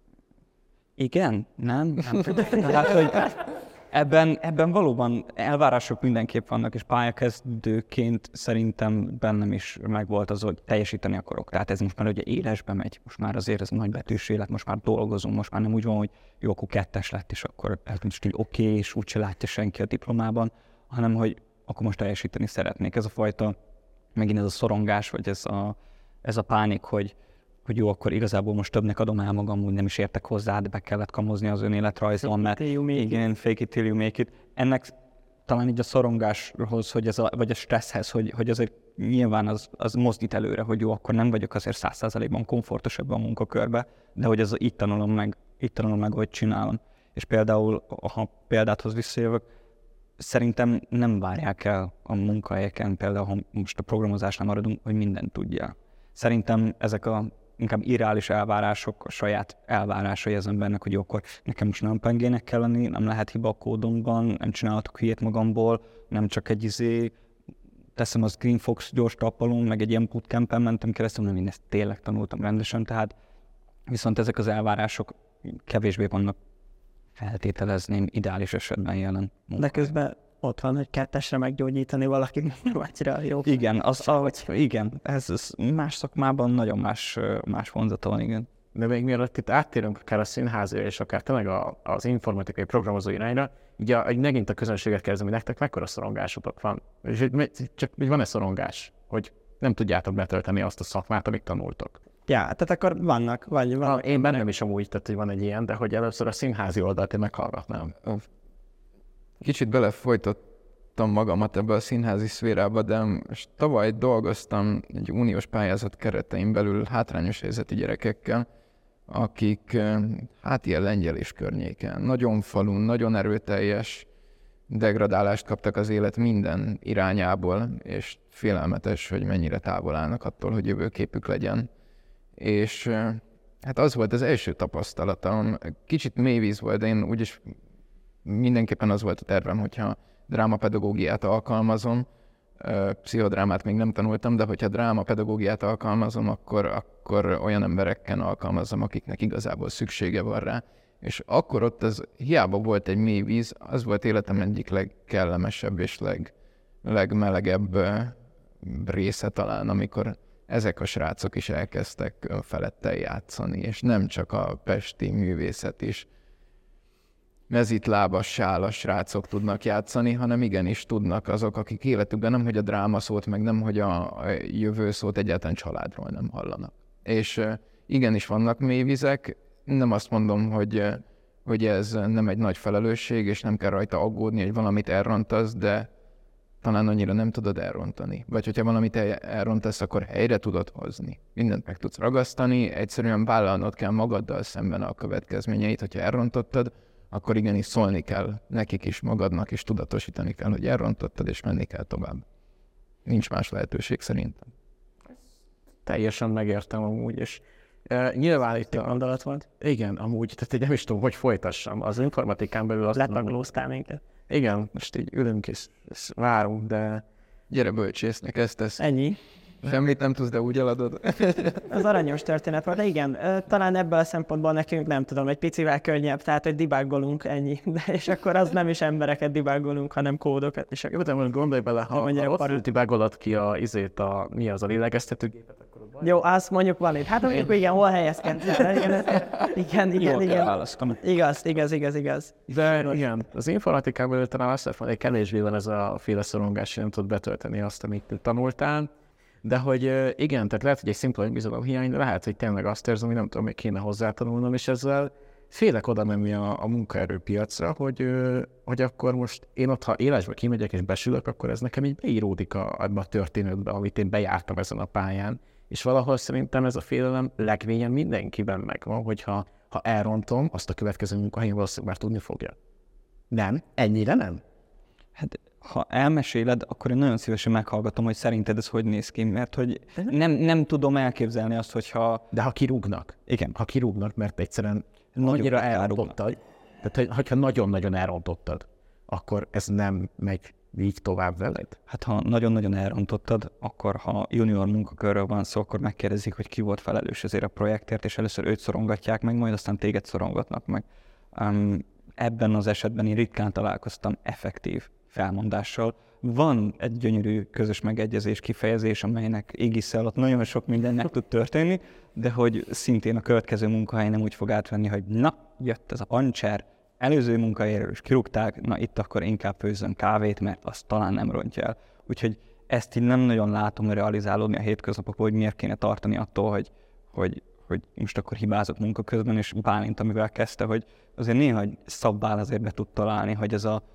igen, nem? nem tudom. Tehát, hogy ebben, ebben valóban elvárások mindenképp vannak, és pályakezdőként szerintem bennem is megvolt az, hogy teljesíteni akarok. Tehát ez most már ugye élesbe megy, most már azért ez nagybetűs élet, most már dolgozunk, most már nem úgy van, hogy jó, akkor kettes lett, és akkor most így oké, okay, és úgyse látja senki a diplomában, hanem hogy akkor most teljesíteni szeretnék. Ez a fajta, megint ez a szorongás, vagy ez a, ez a pánik, hogy hogy jó, akkor igazából most többnek adom el magam, úgy nem is értek hozzá, de be kellett kamozni az önéletrajzon, mert Till you make it. igen, fake it till you make it. Ennek talán így a szorongáshoz, hogy ez a, vagy a stresszhez, hogy, hogy azért nyilván az, az mozdít előre, hogy jó, akkor nem vagyok azért száz százalékban komfortos ebben a munkakörbe, de hogy ez a, így tanulom meg, így tanulom meg, hogy csinálom. És például, ha példáthoz visszajövök, szerintem nem várják el a munkahelyeken, például ha most a programozásnál maradunk, hogy mindent tudja. Szerintem ezek a inkább irreális elvárások, a saját elvárásai az embernek, hogy jó, akkor nekem most nem pengének kell lenni, nem lehet hiba a kódomban, nem csinálhatok hülyét magamból, nem csak egy izé, teszem az Green Fox gyors tappalón, meg egy ilyen bootcampen mentem keresztül, nem én ezt tényleg tanultam rendesen, tehát viszont ezek az elvárások kevésbé vannak, feltételezném, ideális esetben jelen. De közben ott van, hogy kettesre meggyógyítani valaki, vagyra jó. Igen, az, ahogy, igen, ez, ez más szakmában nagyon más, más vonzata van, igen. De még mielőtt itt áttérünk akár a színházra, és akár tényleg a, az informatikai programozó irányra, ugye a, megint a közönséget kérdezem, hogy nektek mekkora szorongásotok van? És hogy csak hogy van-e szorongás, hogy nem tudjátok betölteni azt a szakmát, amit tanultok? Ja, tehát akkor vannak, vagy van. Ah, én bennem is amúgy, tehát, hogy van egy ilyen, de hogy először a színházi oldalt én meghallgatnám. Kicsit belefolytottam magamat ebbe a színházi szférába, de most tavaly dolgoztam egy uniós pályázat keretein belül hátrányos helyzetű gyerekekkel, akik hát ilyen Lengyel környéken, nagyon falun, nagyon erőteljes degradálást kaptak az élet minden irányából, és félelmetes, hogy mennyire távol állnak attól, hogy jövőképük legyen. És hát az volt az első tapasztalatom. Kicsit mélyvíz volt, de én úgyis mindenképpen az volt a tervem, hogyha drámapedagógiát alkalmazom, pszichodrámát még nem tanultam, de hogyha drámapedagógiát alkalmazom, akkor, akkor olyan embereken alkalmazom, akiknek igazából szüksége van rá. És akkor ott az hiába volt egy mély víz, az volt életem egyik legkellemesebb és leg, legmelegebb része talán, amikor ezek a srácok is elkezdtek felettel játszani, és nem csak a pesti művészet is mezitlábas, sálas srácok tudnak játszani, hanem igenis tudnak azok, akik életükben nem, hogy a dráma szót, meg nem, hogy a jövő szót, egyáltalán családról nem hallanak. És igenis vannak mélyvizek, nem azt mondom, hogy, hogy ez nem egy nagy felelősség, és nem kell rajta aggódni, hogy valamit elrontasz, de talán annyira nem tudod elrontani. Vagy hogyha valamit elrontasz, akkor helyre tudod hozni. Mindent meg tudsz ragasztani, egyszerűen vállalnod kell magaddal szemben a következményeit, hogyha elrontottad, akkor igenis szólni kell nekik is magadnak, és tudatosítani kell, hogy elrontottad, és menni kell tovább. Nincs más lehetőség szerintem. Teljesen megértem amúgy, és uh, nyilván itt a gondolat volt. Igen, amúgy, tehát én nem is tudom, hogy folytassam. Az informatikán belül azt letaglóztál minket. Igen, most így ülünk és, és várunk, de... Gyere bölcsésznek, ezt tesz. Ennyi. Semmit nem tudsz, de úgy eladod. Az aranyos történet volt, de igen, talán ebből a szempontból nekünk nem tudom, egy picivel könnyebb, tehát hogy debugolunk ennyi, de és akkor az nem is embereket debugolunk, hanem kódokat. És jó, de mondjuk gondolj bele, ha, ha ott debugolod ki a izét, a, mi az a lélegeztetőgépet, akkor ott jó, azt mondjuk van itt. Hát mondjuk igen, hol helyezkedsz? Igen, igen, igen, igen. Igaz, igaz, igaz, igaz. De igen, az informatikán belül talán azt mondom, hogy kevésbé van ez a féle szorongás, hogy nem tudod betölteni azt, amit tanultál. De hogy igen, tehát lehet, hogy egy szimpla önbizalomhiány, de lehet, hogy tényleg azt érzem, hogy nem tudom, még kéne hozzátanulnom, és ezzel félek oda menni a, a munkaerőpiacra, hogy, hogy akkor most én ott, ha élesbe kimegyek és besülök, akkor ez nekem így beíródik a, abba a történetbe, amit én bejártam ezen a pályán. És valahol szerintem ez a félelem legvégén mindenkiben megvan, hogyha ha elrontom, azt a következő munkahelyen valószínűleg már tudni fogja. Nem? Ennyire nem? Hát ha elmeséled, akkor én nagyon szívesen meghallgatom, hogy szerinted ez hogy néz ki, mert hogy nem, nem tudom elképzelni azt, hogyha... De ha kirúgnak. Igen. Ha kirúgnak, mert egyszerűen annyira elrontottad, tehát hogyha nagyon-nagyon elrontottad, akkor ez nem megy így tovább veled? Hát ha nagyon-nagyon elrontottad, akkor ha junior munkakörről van szó, akkor megkérdezik, hogy ki volt felelős ezért a projektért, és először őt szorongatják meg, majd aztán téged szorongatnak meg. Um, ebben az esetben én ritkán találkoztam effektív felmondással. Van egy gyönyörű közös megegyezés, kifejezés, amelynek égisze alatt nagyon sok mindennek tud történni, de hogy szintén a következő munkahely nem úgy fog átvenni, hogy na, jött ez a pancser, előző munkahelyről is kirúgták, na itt akkor inkább főzzön kávét, mert azt talán nem rontja el. Úgyhogy ezt így nem nagyon látom realizálódni a hétköznapokban, hogy miért kéne tartani attól, hogy, hogy, hogy most akkor hibázott munka közben, és Bálint, amivel kezdte, hogy azért néha szabvál azért be tud találni, hogy ez a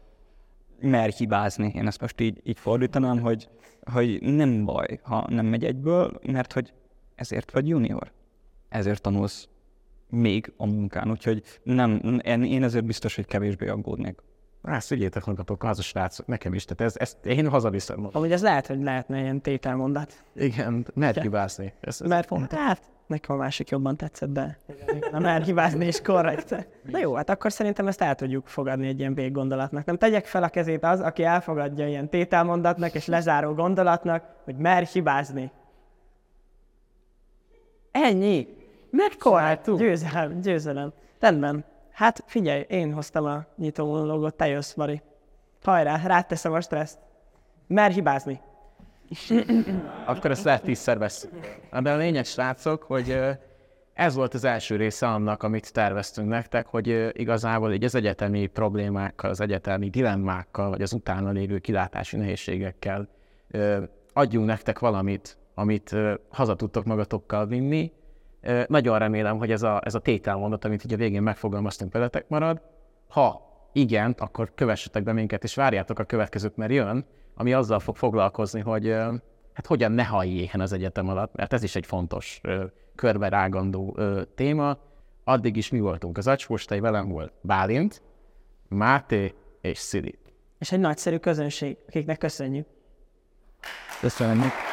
mer hibázni. Én ezt most így, így fordítanám, hogy, hogy nem baj, ha nem megy egyből, mert hogy ezért vagy junior. Ezért tanulsz még a munkán, úgyhogy nem, én ezért biztos, hogy kevésbé aggódnék. Rász, figyeljetek magatok, az a srácok, nekem is, tehát ez, ezt én hazaviszem magam. Amúgy ez lehet, hogy lehetne ilyen tételmondat. Igen, mert hibázni. Ez, ez mert pont, hát nekem a másik jobban tetszett, de nem mer hibázni is korrekt. Na jó, hát akkor szerintem ezt el tudjuk fogadni egy ilyen véggondolatnak. Nem tegyek fel a kezét az, aki elfogadja ilyen tételmondatnak és lezáró gondolatnak, hogy mer hibázni. Ennyi! Megkorrekt! Győzelem, győzelem. Rendben. Hát figyelj, én hoztam a nyitó monológot, te jössz, Mari. Hajrá, rád teszem a stresszt. Mer hibázni. Akkor ezt lehet tízszer vesz. De a lényeg, srácok, hogy ez volt az első része annak, amit terveztünk nektek, hogy igazából így az egyetemi problémákkal, az egyetemi dilemmákkal, vagy az utána lévő kilátási nehézségekkel adjunk nektek valamit, amit haza tudtok magatokkal vinni. Nagyon remélem, hogy ez a, ez a tételmondat, amit így a végén megfogalmaztunk veletek marad. Ha igen, akkor kövessetek be minket, és várjátok a következőt, mert jön, ami azzal fog foglalkozni, hogy hát hogyan ne hallj éhen az egyetem alatt, mert ez is egy fontos, körbe rágandó téma. addig is mi voltunk az acspostai, velem volt Bálint, Máté és Szili. És egy nagyszerű közönség, akiknek köszönjük. Köszönjük.